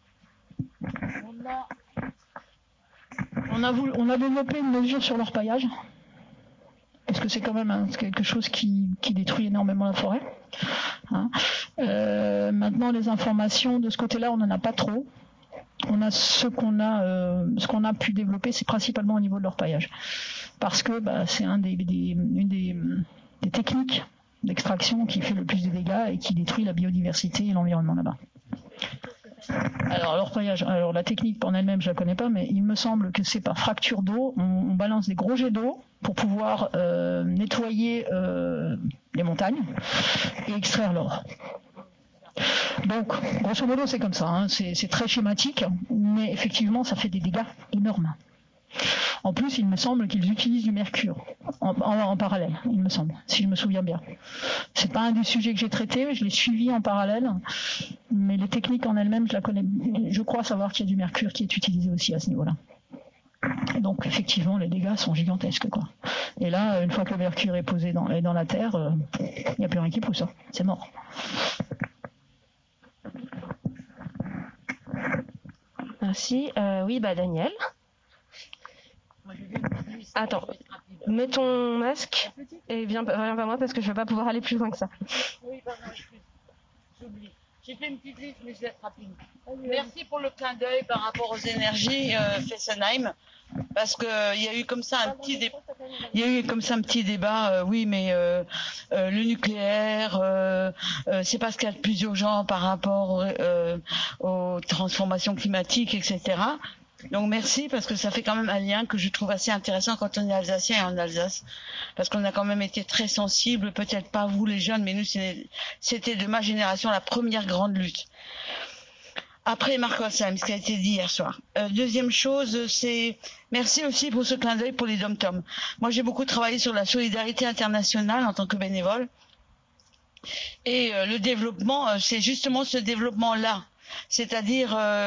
On a développé une mesure sur l'orpaillage, parce que c'est quand même quelque chose qui détruit énormément la forêt. Maintenant, les informations de ce côté-là, on n'en a pas trop. On a ce qu'on a pu développer, c'est principalement au niveau de l'orpaillage, parce que c'est une des techniques d'extraction qui fait le plus de dégâts et qui détruit la biodiversité et l'environnement là-bas. Alors l'orpaillage, la technique en elle-même je la connais pas, mais il me semble que c'est par fracture d'eau, on balance des gros jets d'eau pour pouvoir nettoyer les montagnes et extraire l'or. Donc, grosso modo, c'est comme ça, c'est très schématique, mais effectivement, ça fait des dégâts énormes. En plus, il me semble qu'ils utilisent du mercure en parallèle, il me semble, si je me souviens bien. C'est pas un des sujets que j'ai traité, mais je l'ai suivi en parallèle, mais les techniques en elles-mêmes, je la connais. Je crois savoir qu'il y a du mercure qui est utilisé aussi à ce niveau-là. Donc, effectivement, les dégâts sont gigantesques, quoi. Et là, une fois que le mercure est posé dans la terre, il n'y a plus rien qui pousse, c'est mort. Merci. Oui, Daniel. Attends, mets ton masque et viens vers moi parce que je ne vais pas pouvoir aller plus loin que ça. Oui, pardon, j'oublie. J'ai fait une petite liste, mais je vais être rapide. Merci pour le clin d'œil par rapport aux énergies Fessenheim, parce que il y a eu comme ça un petit débat. Oui, mais le nucléaire, c'est pas ce qu'il y a de plus urgent par rapport aux transformations climatiques, etc. Donc merci, parce que ça fait quand même un lien que je trouve assez intéressant quand on est alsacien et en Alsace, parce qu'on a quand même été très sensibles, peut-être pas vous les jeunes, mais nous c'était de ma génération la première grande lutte. Après Markosheim, ce qui a été dit hier soir. Deuxième chose, c'est merci aussi pour ce clin d'œil pour les dom-toms. Moi j'ai beaucoup travaillé sur la solidarité internationale en tant que bénévole, et le développement, c'est justement ce développement-là. C'est-à-dire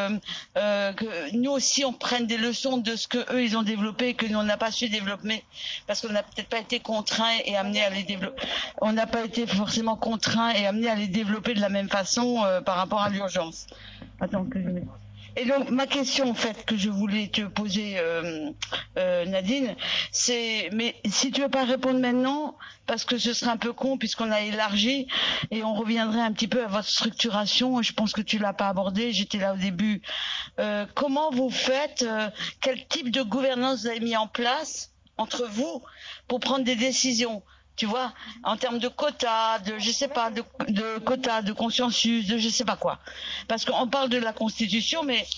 que nous aussi on prenne des leçons de ce que eux ils ont développé et que nous on n'a pas su développer, parce qu'on n'a peut-être pas été contraints et amenés à les développer. On n'a pas été forcément contraints et amenés à les développer de la même façon par rapport à l'urgence. Attends que je mette. Et donc ma question en fait que je voulais te poser, Nadine, c'est, mais si tu veux pas répondre maintenant, parce que ce serait un peu con puisqu'on a élargi et on reviendrait un petit peu à votre structuration. Je pense que tu l'as pas abordé, j'étais là au début. Comment vous faites, quel type de gouvernance vous avez mis en place entre vous pour prendre des décisions? Tu vois, en termes de quotas, de je sais pas, de quotas, de consensus, de je sais pas quoi. Parce qu'on parle de la Constitution, mais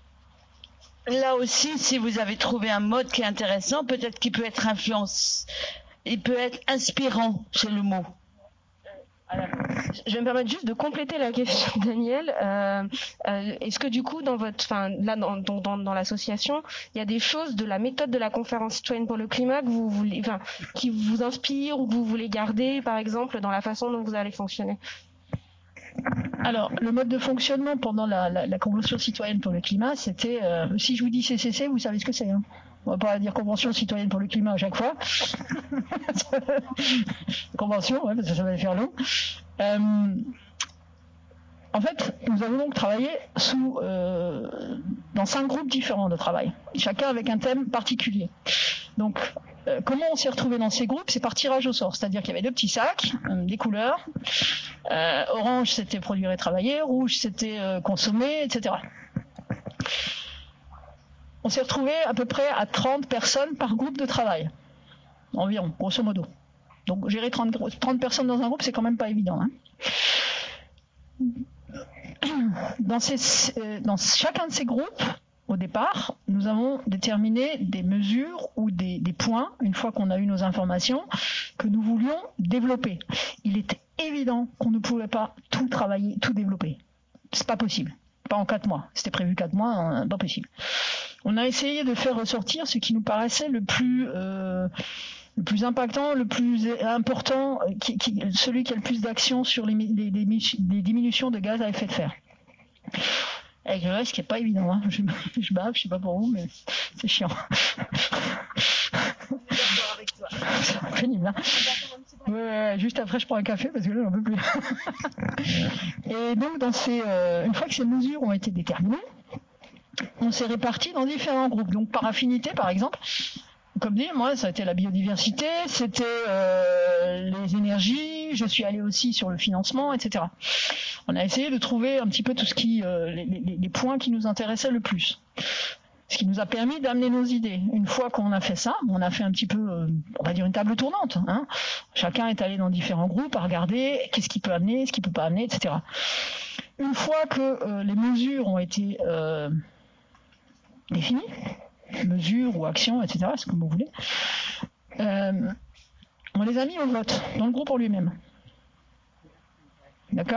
là aussi, si vous avez trouvé un mode qui est intéressant, peut-être qu'il peut être il peut être inspirant, c'est le mot. Je vais me permettre juste de compléter la question, Daniel. Est-ce que du coup, dans l'association, il y a des choses de la méthode de la conférence citoyenne pour le climat que vous voulez, qui vous inspirent ou que vous voulez garder, par exemple, dans la façon dont vous allez fonctionner? Alors, le mode de fonctionnement pendant la Convention citoyenne pour le climat, c'était, si je vous dis CCC, vous savez ce que c'est, hein. On va pas dire Convention citoyenne pour le climat à chaque fois. Convention, ouais, parce que ça va faire long. En fait, nous avons donc travaillé dans 5 groupes différents de travail, chacun avec un thème particulier. Donc, comment on s'est retrouvés dans ces groupes? C'est par tirage au sort, c'est-à-dire qu'il y avait 2 petits sacs, des couleurs. Orange, c'était produire et travailler, rouge, c'était consommer, etc. On s'est retrouvés à peu près à 30 personnes par groupe de travail, environ, grosso modo. Donc gérer 30 personnes dans un groupe, c'est quand même pas évident, hein. Dans chacun de ces groupes, au départ, nous avons déterminé des mesures ou des points, une fois qu'on a eu nos informations, que nous voulions développer. Il était évident qu'on ne pouvait pas tout travailler, tout développer. C'est pas possible. Pas en 4 mois. C'était prévu 4 mois, pas possible. On a essayé de faire ressortir ce qui nous paraissait le plus impactant, le plus important, celui qui a le plus d'action sur les diminutions de gaz à effet de serre. Avec le reste qui est pas évident, hein. Je bave, je sais pas pour vous, mais c'est chiant. C'est pénible, hein. Ouais, juste après je prends un café parce que là j'en peux plus. Et donc une fois que ces mesures ont été déterminées, on s'est répartis dans différents groupes. Donc par affinité par exemple, comme dit, moi ça a été la biodiversité, c'était les énergies, je suis allé aussi sur le financement, etc. On a essayé de trouver un petit peu tout ce qui les points qui nous intéressaient le plus. Ce qui nous a permis d'amener nos idées. Une fois qu'on a fait ça, on a fait un petit peu, on va dire une table tournante, hein. Chacun est allé dans différents groupes à regarder qu'est-ce qu'il peut amener, ce qu'il peut pas amener, etc. Une fois que les mesures ont été définies, mesures ou actions, etc., c'est comme vous voulez, on les a mis au vote dans le groupe en lui-même. D'accord ?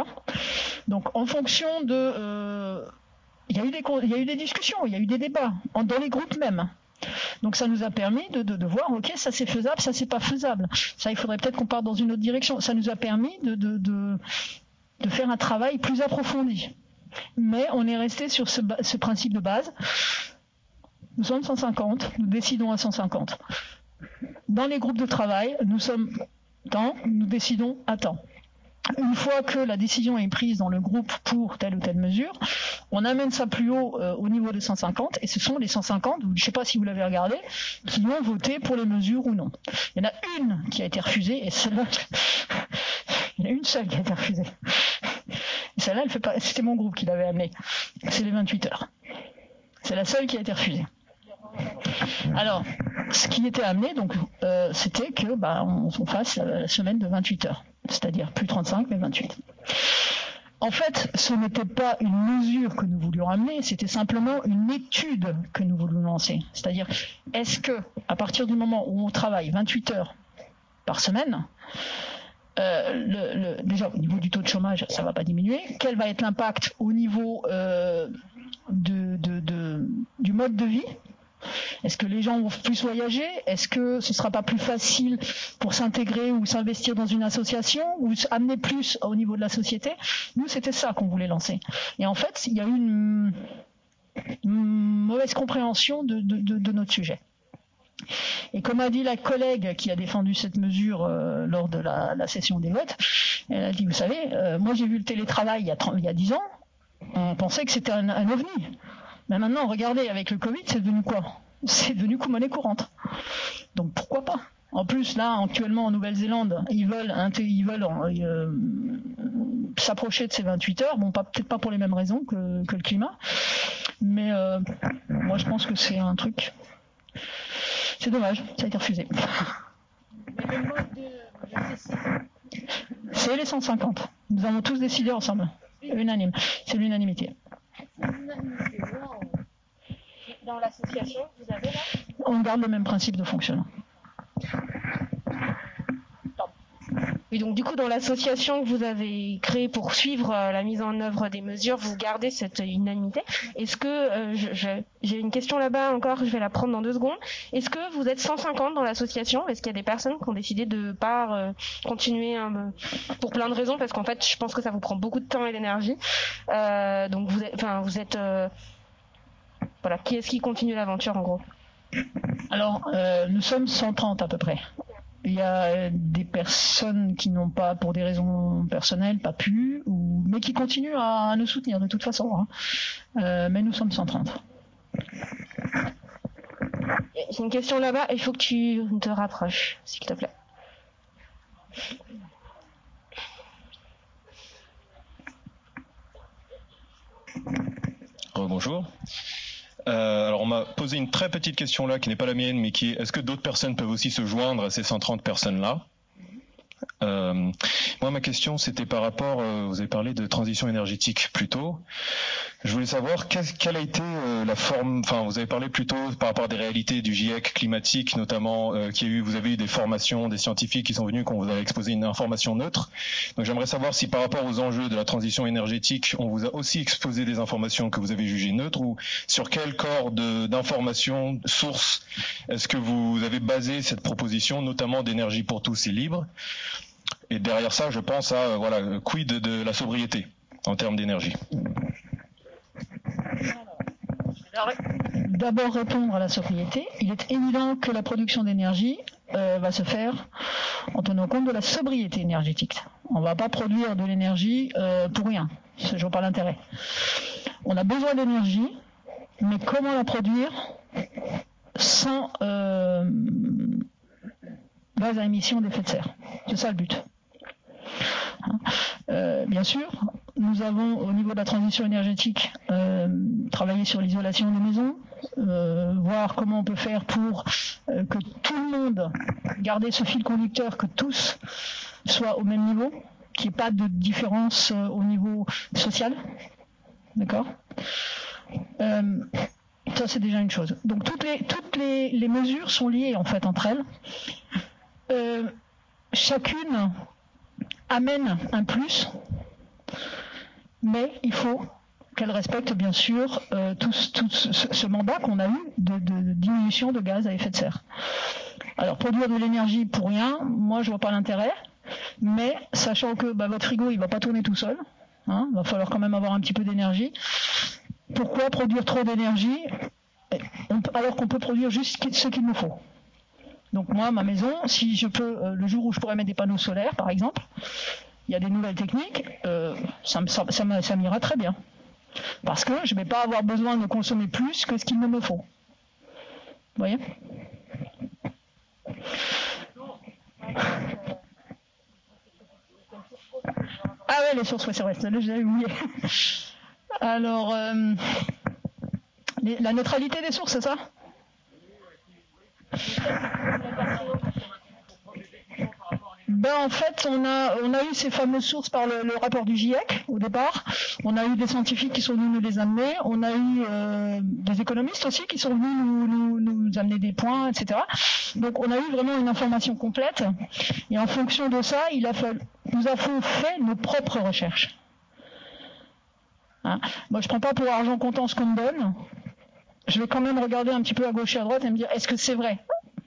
Donc en fonction de... il y a eu des discussions, il y a eu des débats dans les groupes même. Donc ça nous a permis de voir, ok, ça c'est faisable, ça c'est pas faisable. Ça, il faudrait peut-être qu'on parte dans une autre direction. Ça nous a permis de faire un travail plus approfondi. Mais on est resté sur ce principe de base. Nous sommes 150, nous décidons à 150. Dans les groupes de travail, nous sommes tant, nous décidons à tant. Une fois que la décision est prise dans le groupe pour telle ou telle mesure, on amène ça plus haut au niveau des 150, et ce sont les 150, je ne sais pas si vous l'avez regardé, qui ont voté pour les mesures ou non. Il y en a une qui a été refusée, et celle-là, il y en a une seule qui a été refusée. Et celle-là, elle fait pas, c'était mon groupe qui l'avait amenée. C'est les 28 heures. C'est la seule qui a été refusée. Alors, ce qui était amené, donc, c'était que on fasse la semaine de 28 heures. C'est-à-dire plus 35, mais 28. En fait, ce n'était pas une mesure que nous voulions amener, c'était simplement une étude que nous voulions lancer. C'est-à-dire, est-ce que, à partir du moment où on travaille 28 heures par semaine, déjà au niveau du taux de chômage, ça ne va pas diminuer. Quel va être l'impact au niveau du mode de vie ? Est-ce que les gens vont plus voyager ? Est-ce que ce ne sera pas plus facile pour s'intégrer ou s'investir dans une association ou amener plus au niveau de la société ? Nous, c'était ça qu'on voulait lancer. Et en fait, il y a eu une mauvaise compréhension de notre sujet. Et comme a dit la collègue qui a défendu cette mesure lors de la session des votes, elle a dit, vous savez, moi j'ai vu le télétravail il y a 10 ans, on pensait que c'était un ovni. Mais maintenant, regardez, avec le Covid, c'est devenu quoi ? C'est devenu monnaie courante. Donc pourquoi pas ? En plus, là, actuellement, en Nouvelle-Zélande, ils veulent s'approcher de ces 28 heures. Bon, peut-être pas pour les mêmes raisons que le climat. Mais moi, je pense que c'est un truc... C'est dommage, ça a été refusé. Mais le mode de décision. C'est les 150. Nous avons tous décidé ensemble. Unanime. C'est l'unanimité. Dans l'association, vous avez là ? On garde le même principe de fonctionnement. Et donc du coup, dans l'association que vous avez créée pour suivre la mise en œuvre des mesures, vous gardez cette unanimité. Est-ce que, j'ai une question là-bas encore, je vais la prendre dans 2 secondes. Est-ce que vous êtes 150 dans l'association ? Est-ce qu'il y a des personnes qui ont décidé de pas continuer pour plein de raisons ? Parce qu'en fait, je pense que ça vous prend beaucoup de temps et d'énergie. Donc vous êtes voilà, qui est-ce qui continue l'aventure en gros ? Alors, nous sommes 130 à peu près. Il y a des personnes qui n'ont pas, pour des raisons personnelles, pas pu, mais qui continuent à nous soutenir de toute façon. Hein. Mais nous sommes 130. J'ai une question là-bas, il faut que tu te rapproches, s'il te plaît. Bonjour. Alors on m'a posé une très petite question là qui n'est pas la mienne mais qui est est-ce que d'autres personnes peuvent aussi se joindre à ces 130 personnes là Moi, ma question, c'était par rapport, vous avez parlé de transition énergétique plus tôt. Je voulais savoir quelle a été la forme, enfin, vous avez parlé plutôt par rapport à des réalités du GIEC climatique, notamment, vous avez eu des formations, des scientifiques qui sont venus, qu'on vous a exposé une information neutre. Donc, j'aimerais savoir si par rapport aux enjeux de la transition énergétique, on vous a aussi exposé des informations que vous avez jugées neutres, ou sur quel corps d'informations, sources, est-ce que vous avez basé cette proposition, notamment d'énergie pour tous et libre? Et derrière ça, je pense à, quid de la sobriété en termes d'énergie? D'abord répondre à la sobriété. Il est évident que la production d'énergie va se faire en tenant compte de la sobriété énergétique. On ne va pas produire de l'énergie pour rien. Je vois pas l'intérêt. On a besoin d'énergie, mais comment la produire sans gaz à émission d'effet de serre? C'est ça le but. Bien sûr, nous avons au niveau de la transition énergétique travaillé sur l'isolation des maisons, voir comment on peut faire pour que tout le monde garde ce fil conducteur, que tous soient au même niveau, qu'il n'y ait pas de différence au niveau social. D'accord ? Ça c'est déjà une chose. Donc toutes les mesures sont liées en fait entre elles. Chacune amène un plus, mais il faut qu'elle respecte bien sûr tout ce mandat qu'on a eu de diminution de gaz à effet de serre. Alors produire de l'énergie pour rien, moi je vois pas l'intérêt, mais sachant que votre frigo il va pas tourner tout seul, va falloir quand même avoir un petit peu d'énergie. Pourquoi produire trop d'énergie alors qu'on peut produire juste ce qu'il nous faut? Donc moi, ma maison, si je peux, le jour où je pourrais mettre des panneaux solaires, par exemple, il y a des nouvelles techniques, ça m'ira très bien. Parce que je ne vais pas avoir besoin de consommer plus que ce qu'il me faut. Vous voyez ? Ah ouais, les sources, ouais, c'est vrai, là j'avais oublié. Alors, la neutralité des sources, c'est ça ? En fait, on a eu ces fameuses sources par le rapport du GIEC au départ. On a eu des scientifiques qui sont venus nous les amener. On a eu des économistes aussi qui sont venus nous amener des points, etc. Donc, on a eu vraiment une information complète. Et en fonction de ça, nous avons fait nos propres recherches. Moi, je prends pas pour argent comptant ce qu'on me donne. Je vais quand même regarder un petit peu à gauche et à droite et me dire, est-ce que c'est vrai ?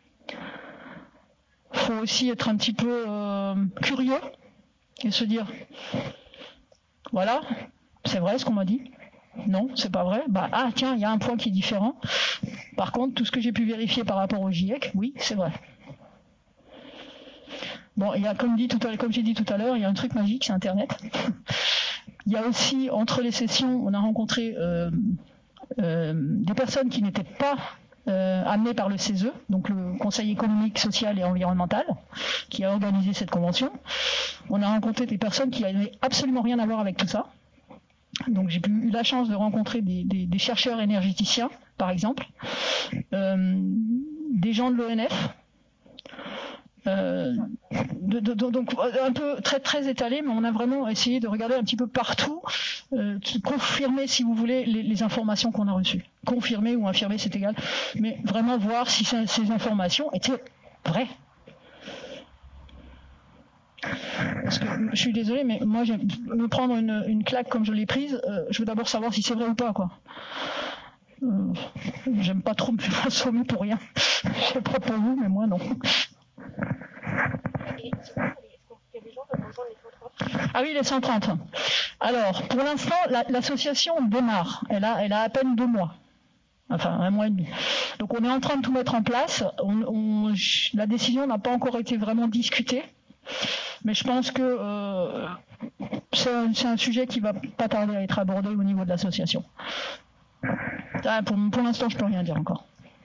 Il faut aussi être un petit peu curieux et se dire, voilà, c'est vrai ce qu'on m'a dit. Non, c'est pas vrai. Tiens, il y a un point qui est différent. Par contre, tout ce que j'ai pu vérifier par rapport au GIEC, oui, c'est vrai. Bon, il y a, comme j'ai dit tout à l'heure, il y a un truc magique, c'est Internet. Il y a aussi, entre les sessions, on a rencontré des personnes qui n'étaient pas amenées par le CESE, donc le Conseil économique, social et environnemental, qui a organisé cette convention. On a rencontré des personnes qui n'avaient absolument rien à voir avec tout ça. Donc j'ai eu la chance de rencontrer des chercheurs énergéticiens, par exemple, des gens de l'ONF, donc un peu très très étalé, mais on a vraiment essayé de regarder un petit peu partout, confirmer si vous voulez les informations qu'on a reçues. Confirmer ou infirmer, c'est égal, mais vraiment voir si ces informations étaient vraies. Parce que je suis désolée, mais moi me prendre une claque comme je l'ai prise, je veux d'abord savoir si c'est vrai ou pas, quoi. J'aime pas trop me faire assommer pour rien. Je sais pas pour vous, mais moi non. Ah oui, les 130. Alors, pour l'instant, l'association démarre. Elle a à peine 2 mois. Enfin, 1 mois et demi. Donc on est en train de tout mettre en place. La décision n'a pas encore été vraiment discutée. Mais je pense que c'est un sujet qui va pas tarder à être abordé au niveau de l'association. Pour l'instant, je peux rien dire encore.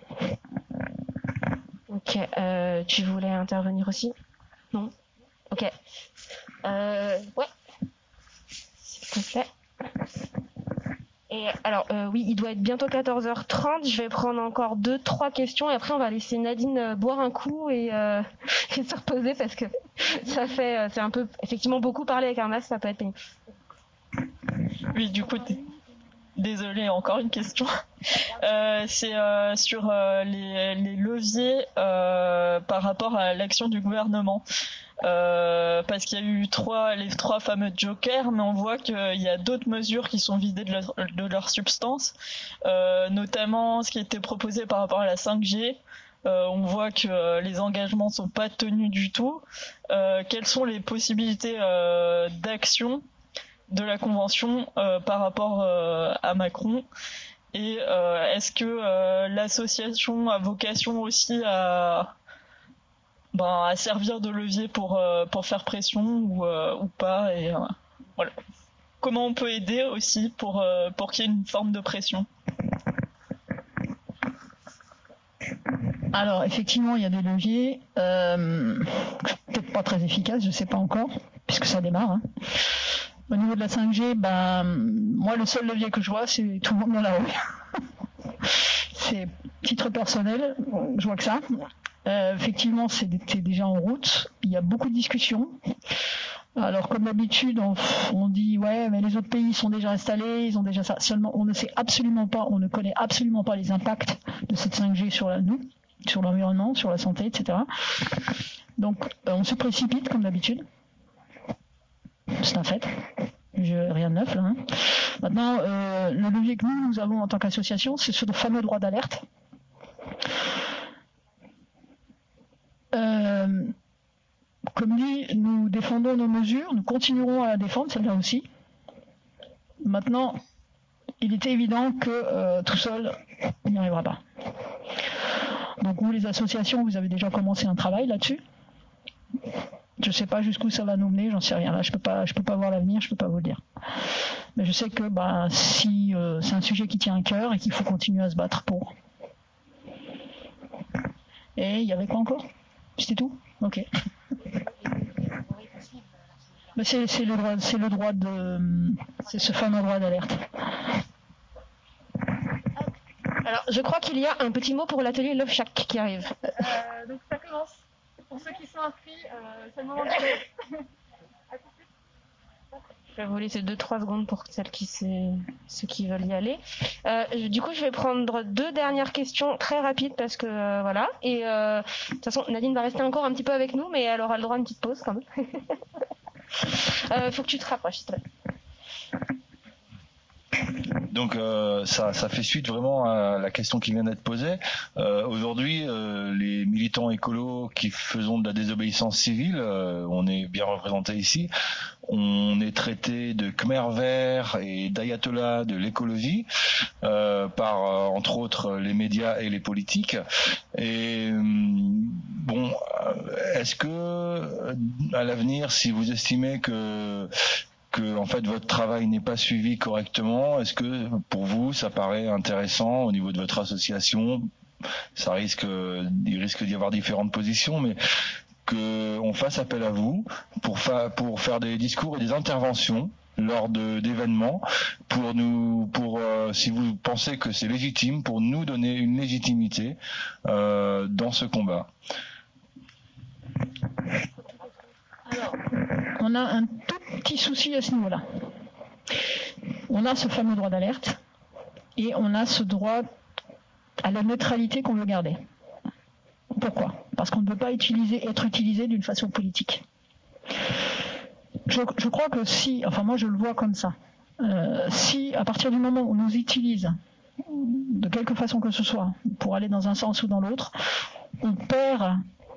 Ok, tu voulais intervenir aussi ? Non ? Ok. Ouais. S'il te plaît. Et alors, oui, il doit être bientôt 14h30. Je vais prendre encore 2-3 questions et après on va laisser Nadine boire un coup et se reposer parce que c'est un peu, effectivement, beaucoup parler avec un masque, ça peut être pénible. Oui, du coup, désolée, encore une question. C'est sur les leviers par rapport à l'action du gouvernement. Parce qu'il y a eu les trois fameux jokers, mais on voit qu'il y a d'autres mesures qui sont vidées de leur substance, notamment ce qui était proposé par rapport à la 5G. On voit que les engagements sont pas tenus du tout. Quelles sont les possibilités d'action de la Convention par rapport à Macron, et est-ce que l'association a vocation aussi à servir de levier pour faire pression ou pas, et voilà. Comment on peut aider aussi pour qu'il y ait une forme de pression? Alors effectivement, il y a des leviers, peut-être pas très efficaces, je sais pas encore, puisque ça démarre. Hein. Au niveau de la 5G, moi le seul levier que je vois, c'est tout le monde dans la rue. C'est titre personnel, je vois que ça. Effectivement, c'est déjà en route. Il y a beaucoup de discussions. Alors comme d'habitude, on dit ouais, mais les autres pays sont déjà installés, ils ont déjà ça. Seulement, on ne sait absolument pas, on ne connaît absolument pas les impacts de cette 5G sur nous, sur l'environnement, sur la santé, etc. Donc, on se précipite comme d'habitude. C'est un fait. Rien de neuf là. Hein. Maintenant, le levier que nous avons en tant qu'association, c'est ce fameux droit d'alerte. Comme dit, nous défendons nos mesures, nous continuerons à la défendre, celle-là aussi. Maintenant, il est évident que tout seul, on n'y arrivera pas. Donc vous, les associations, vous avez déjà commencé un travail là-dessus. Je ne sais pas jusqu'où ça va nous mener, j'en sais rien. Là, je peux pas voir l'avenir, je peux pas vous le dire. Mais je sais que si c'est un sujet qui tient à cœur et qu'il faut continuer à se battre pour. Et il y avait quoi encore? C'était tout? Ok. Mais c'est ce fameux droit d'alerte. Alors, je crois qu'il y a un petit mot pour l'atelier Love Shack qui arrive. Donc ça commence. Pour ceux qui sont inscrits, c'est le moment de jouer. Je vais vous laisser 2-3 secondes pour ceux qui veulent y aller. Du coup, je vais prendre 2 dernières questions très rapides parce que voilà. Et de toute façon, Nadine va rester encore un petit peu avec nous, mais elle aura le droit à une petite pause quand même. Faut que tu te rapproches, s'il te plaît. Donc ça fait suite vraiment à la question qui vient d'être posée. Aujourd'hui, les militants écolos qui faisons de la désobéissance civile, on est bien représentés ici. On est traité de Khmer vert et d'ayatollah de l'écologie par entre autres les médias et les politiques. Et bon, est-ce que à l'avenir, si vous estimez que en fait votre travail n'est pas suivi correctement, est-ce que pour vous ça paraît intéressant au niveau de votre association, il risque d'y avoir différentes positions, mais qu'on fasse appel à vous pour faire des discours et des interventions lors d'événements pour si vous pensez que c'est légitime, pour nous donner une légitimité dans ce combat. Alors, on a un tout petit souci à ce niveau-là. On a ce fameux droit d'alerte et on a ce droit à la neutralité qu'on veut garder. Pourquoi? Parce qu'on ne peut pas être utilisé d'une façon politique. Je crois que moi je le vois comme ça, si à partir du moment où on nous utilise de quelque façon que ce soit pour aller dans un sens ou dans l'autre, on perd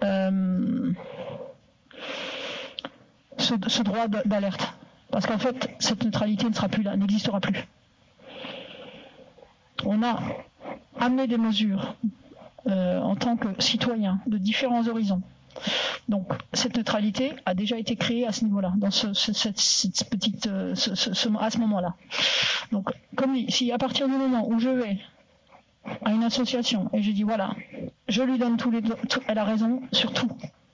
ce droit d'alerte. Parce qu'en fait, cette neutralité ne sera plus là, n'existera plus. On a amené des mesures en tant que citoyens de différents horizons. Donc cette neutralité a déjà été créée à ce niveau-là, dans à ce moment-là. Donc comme dit, si à partir du moment où je vais à une association et je dis voilà, je lui donne elle a raison sur tout,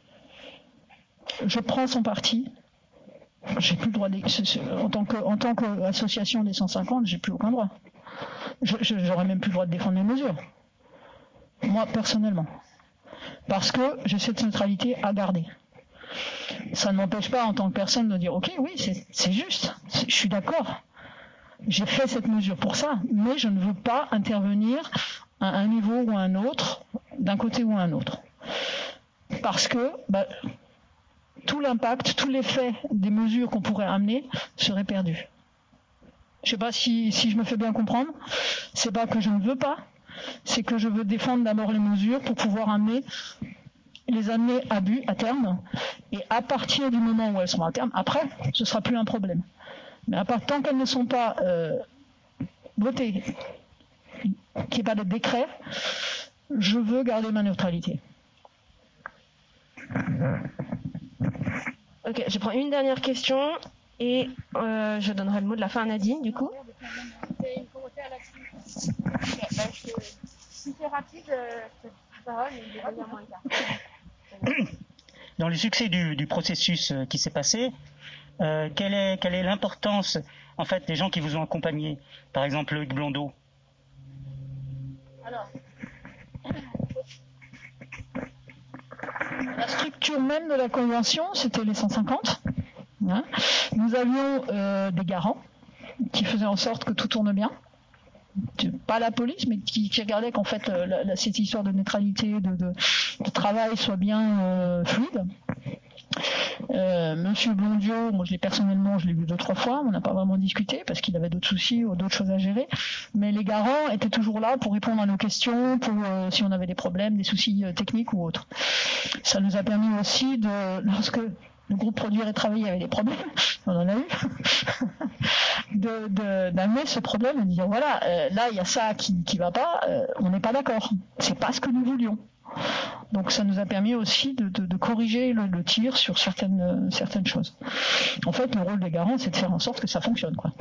je prends son parti, j'ai plus le droit en tant qu'association des 150, j'ai plus aucun droit. J'aurais même plus le droit de défendre mes mesures. Moi personnellement. Parce que j'ai cette neutralité à garder. Ça ne m'empêche pas en tant que personne de dire ok, oui, c'est juste, je suis d'accord. J'ai fait cette mesure pour ça, mais je ne veux pas intervenir à un niveau ou à un autre, d'un côté ou à un autre. Parce que tout l'impact, tout l'effet des mesures qu'on pourrait amener serait perdu. Je ne sais pas si je me fais bien comprendre. C'est pas que je ne veux pas, c'est que je veux défendre d'abord les mesures pour pouvoir les amener à but, à terme. Et à partir du moment où elles sont à terme, après, ce sera plus un problème. Mais tant qu'elles ne sont pas votées, qu'il n'y ait pas de décret, je veux garder ma neutralité. Ok, je prends une dernière question et je donnerai le mot de la fin à Nadine, du coup. C'est une commentaire là-dessus. Si c'est rapide, cette parole, il est vraiment moins. Dans le succès du processus qui s'est passé, quelle est l'importance en fait des gens qui vous ont accompagné, par exemple Loïc Blondeau? Alors, la structure même de la convention, c'était les 150. Hein. Nous avions des garants qui faisaient en sorte que tout tourne bien. Pas la police, mais qui regardaient qu'en fait cette histoire de neutralité, de travail soit bien fluide. Monsieur Blondiot, moi je l'ai vu 2-3 fois, on n'a pas vraiment discuté parce qu'il avait d'autres soucis ou d'autres choses à gérer, mais les garants étaient toujours là pour répondre à nos questions, pour si on avait des problèmes, des soucis techniques ou autres. Ça nous a permis aussi lorsque le groupe Produire et Travailler avait des problèmes, on en a eu, d'amener ce problème et de dire voilà, là il y a ça qui va pas, on n'est pas d'accord, c'est pas ce que nous voulions. Donc ça nous a permis aussi de corriger le tir sur certaines choses. En fait, le rôle des garants, c'est de faire en sorte que ça fonctionne, quoi.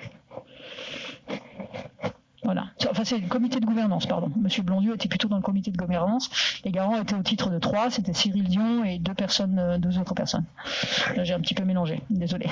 Voilà. Enfin, c'est le comité de gouvernance, pardon. Monsieur Blondieu était plutôt dans le comité de gouvernance. Les garants étaient au titre de 3, c'était Cyril Dion et 2 autres personnes. Là, j'ai un petit peu mélangé, désolé.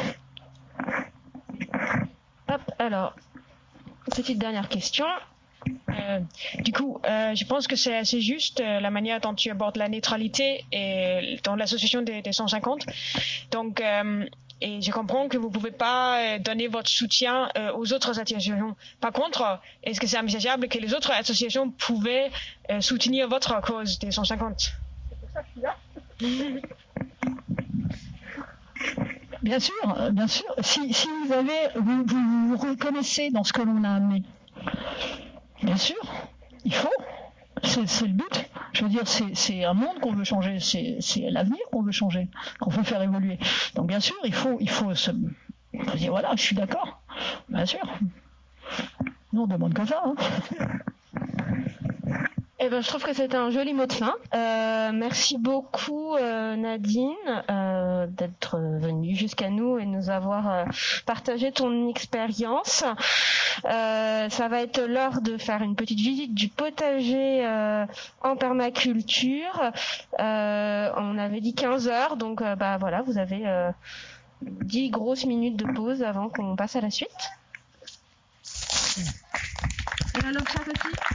Hop, alors, petite dernière question. Du coup, je pense que c'est assez juste la manière dont tu abordes la neutralité et dans l'association des 150. Donc, et je comprends que vous ne pouvez pas donner votre soutien aux autres associations. Par contre, est-ce que c'est envisageable que les autres associations pouvaient soutenir votre cause des 150? C'est pour ça que je suis là. Bien sûr. Si vous reconnaissez dans ce que l'on a amené, bien sûr, il faut. C'est le but. Je veux dire, c'est un monde qu'on veut changer, c'est l'avenir qu'on veut changer, qu'on veut faire évoluer. Donc bien sûr, il faut dire voilà, je suis d'accord. Bien sûr. Nous on demande que ça. Hein. Eh ben, je trouve que c'était un joli mot de fin. Merci beaucoup Nadine d'être venue jusqu'à nous et de nous avoir partagé ton expérience. Ça va être l'heure de faire une petite visite du potager en permaculture. On avait dit 15 heures, donc voilà, vous avez 10 grosses minutes de pause avant qu'on passe à la suite. Et alors, chers petits